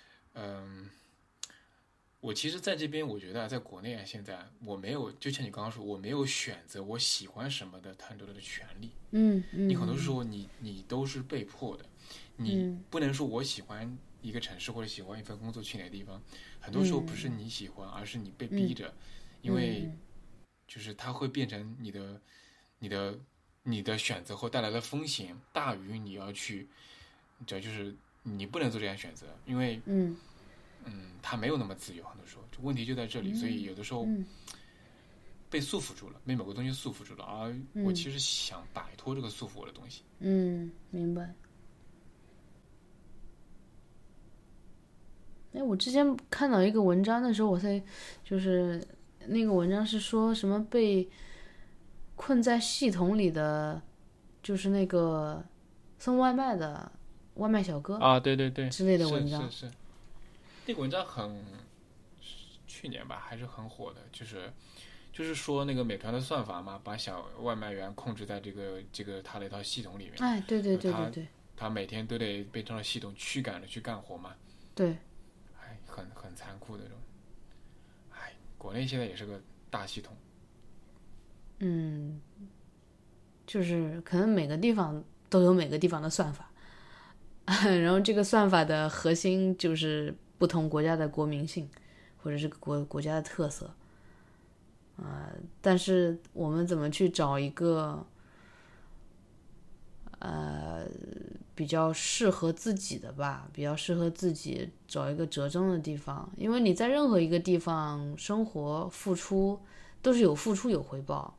我其实在这边，我觉得在国内啊，现在我没有，就像你刚刚说，我没有选择我喜欢什么的很多的权利。你很多时候你都是被迫的，你不能说我喜欢一个城市或者喜欢一份工作去哪个地方，很多时候不是你喜欢，而是你被逼着，因为就是它会变成你的选择后带来的风险大于你要去，就是你不能做这样选择，因为它没有那么自由，很多时候就问题就在这里，所以有的时候被束缚住了，被某个东西束缚住了，而我其实想摆脱这个束缚我的东西。 明白。我之前看到一个文章的时候，我才就是那个文章是说什么被困在系统里的，就是那个送外卖的外卖小哥啊，对对对之类的文章。 是那个文章去年吧，还是很火的，就是说那个美团的算法嘛，把小外卖员控制在这个他的一套系统里面。 哎，对对对对对， 他每天都得被这套系统驱赶着去干活嘛。 对， 哎，很残酷的这种。哎，国内现在也是个大系统。 就是可能每个地方都有每个地方的算法，然后这个算法的核心就是不同国家的国民性，或者是国家的特色。但是我们怎么去找一个比较适合自己的吧，比较适合自己找一个折中的地方，因为你在任何一个地方生活付出都是有付出有回报，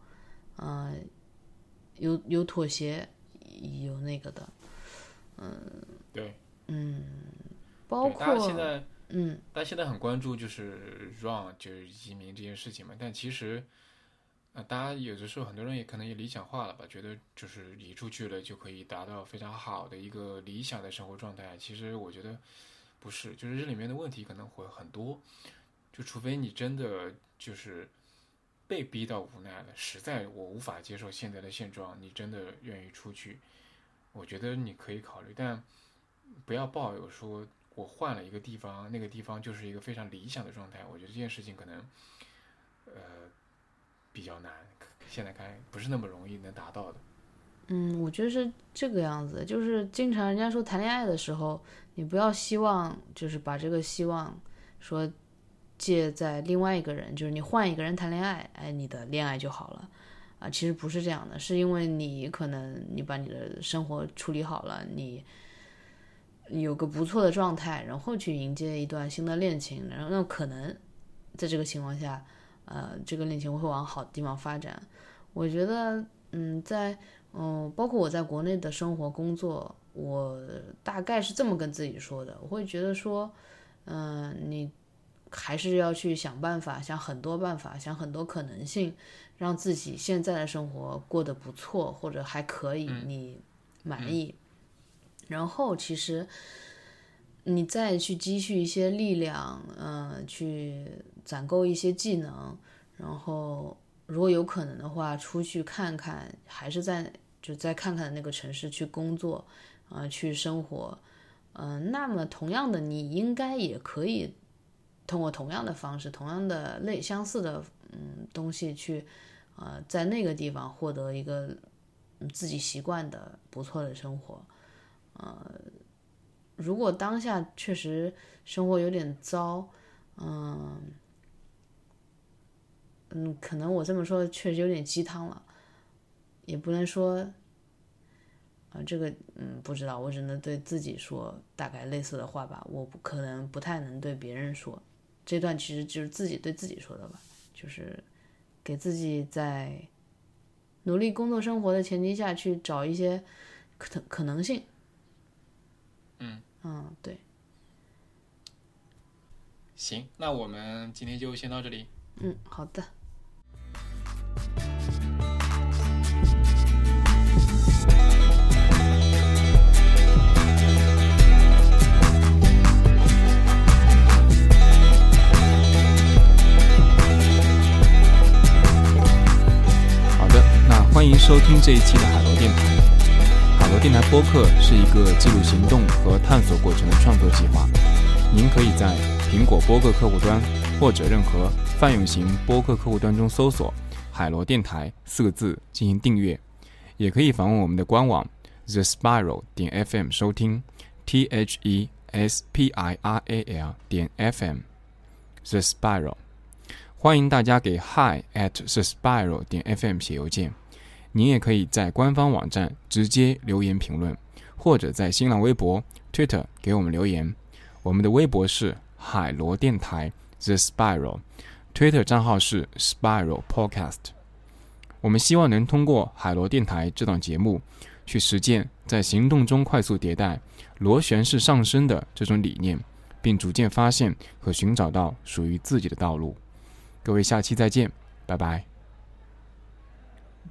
有妥协有那个的， 对， 包括大家现在很关注就是移民这件事情嘛，但其实大家有的时候很多人也可能也理想化了吧，觉得就是移出去了就可以达到非常好的一个理想的生活状态。其实我觉得不是，就是这里面的问题可能会很多，就除非你真的就是被逼到无奈了，实在我无法接受现在的现状，你真的愿意出去，我觉得你可以考虑，但不要抱有说我换了一个地方，那个地方就是一个非常理想的状态。我觉得这件事情可能比较难，现在看不是那么容易能达到的。 我觉得是这个样子，就是经常人家说谈恋爱的时候，你不要希望就是把这个希望说借在另外一个人，就是你换一个人谈恋爱，哎，你的恋爱就好了啊。其实不是这样的，是因为你可能你把你的生活处理好了，你有个不错的状态，然后去迎接一段新的恋情，然后那可能在这个情况下，这个恋情会往好的地方发展。我觉得，包括我在国内的生活工作，我大概是这么跟自己说的，我会觉得说，你还是要去想办法，想很多办法，想很多可能性，让自己现在的生活过得不错，或者还可以，你满意。然后其实你再去积蓄一些力量，去攒够一些技能，然后如果有可能的话，出去看看，还是再看看那个城市去工作，去生活，那么同样的，你应该也可以通过同样的方式，同样的相似的东西去，在那个地方获得一个自己习惯的不错的生活。如果当下确实生活有点糟，可能我这么说确实有点鸡汤了，也不能说，这个不知道，我只能对自己说大概类似的话吧，我可能不太能对别人说，这段其实就是自己对自己说的吧，就是给自己在努力工作生活的前提下去找一些可能性。对。 行，那我们今天就先到这里。 好的。 好的，那欢迎收听这一期的海螺电台。海螺电台播客是一个记录行动和探索过程的创作计划。您可以在苹果播客客户端或者任何泛用型播客客户端中搜索海螺电台4个字进行订阅，也可以访问我们的官网 thespiral.fm 收听 THESPIRAL.FM The Spiral。 欢迎大家给 hi@thespiral.fm 写邮件，您也可以在官方网站直接留言评论，或者在新浪微博 Twitter 给我们留言。我们的微博是海螺电台 The Spiral， Twitter 账号是 Spiral Podcast。 我们希望能通过海螺电台这档节目去实践在行动中快速迭代、螺旋式上升的这种理念，并逐渐发现和寻找到属于自己的道路。 各位下期再见，拜拜。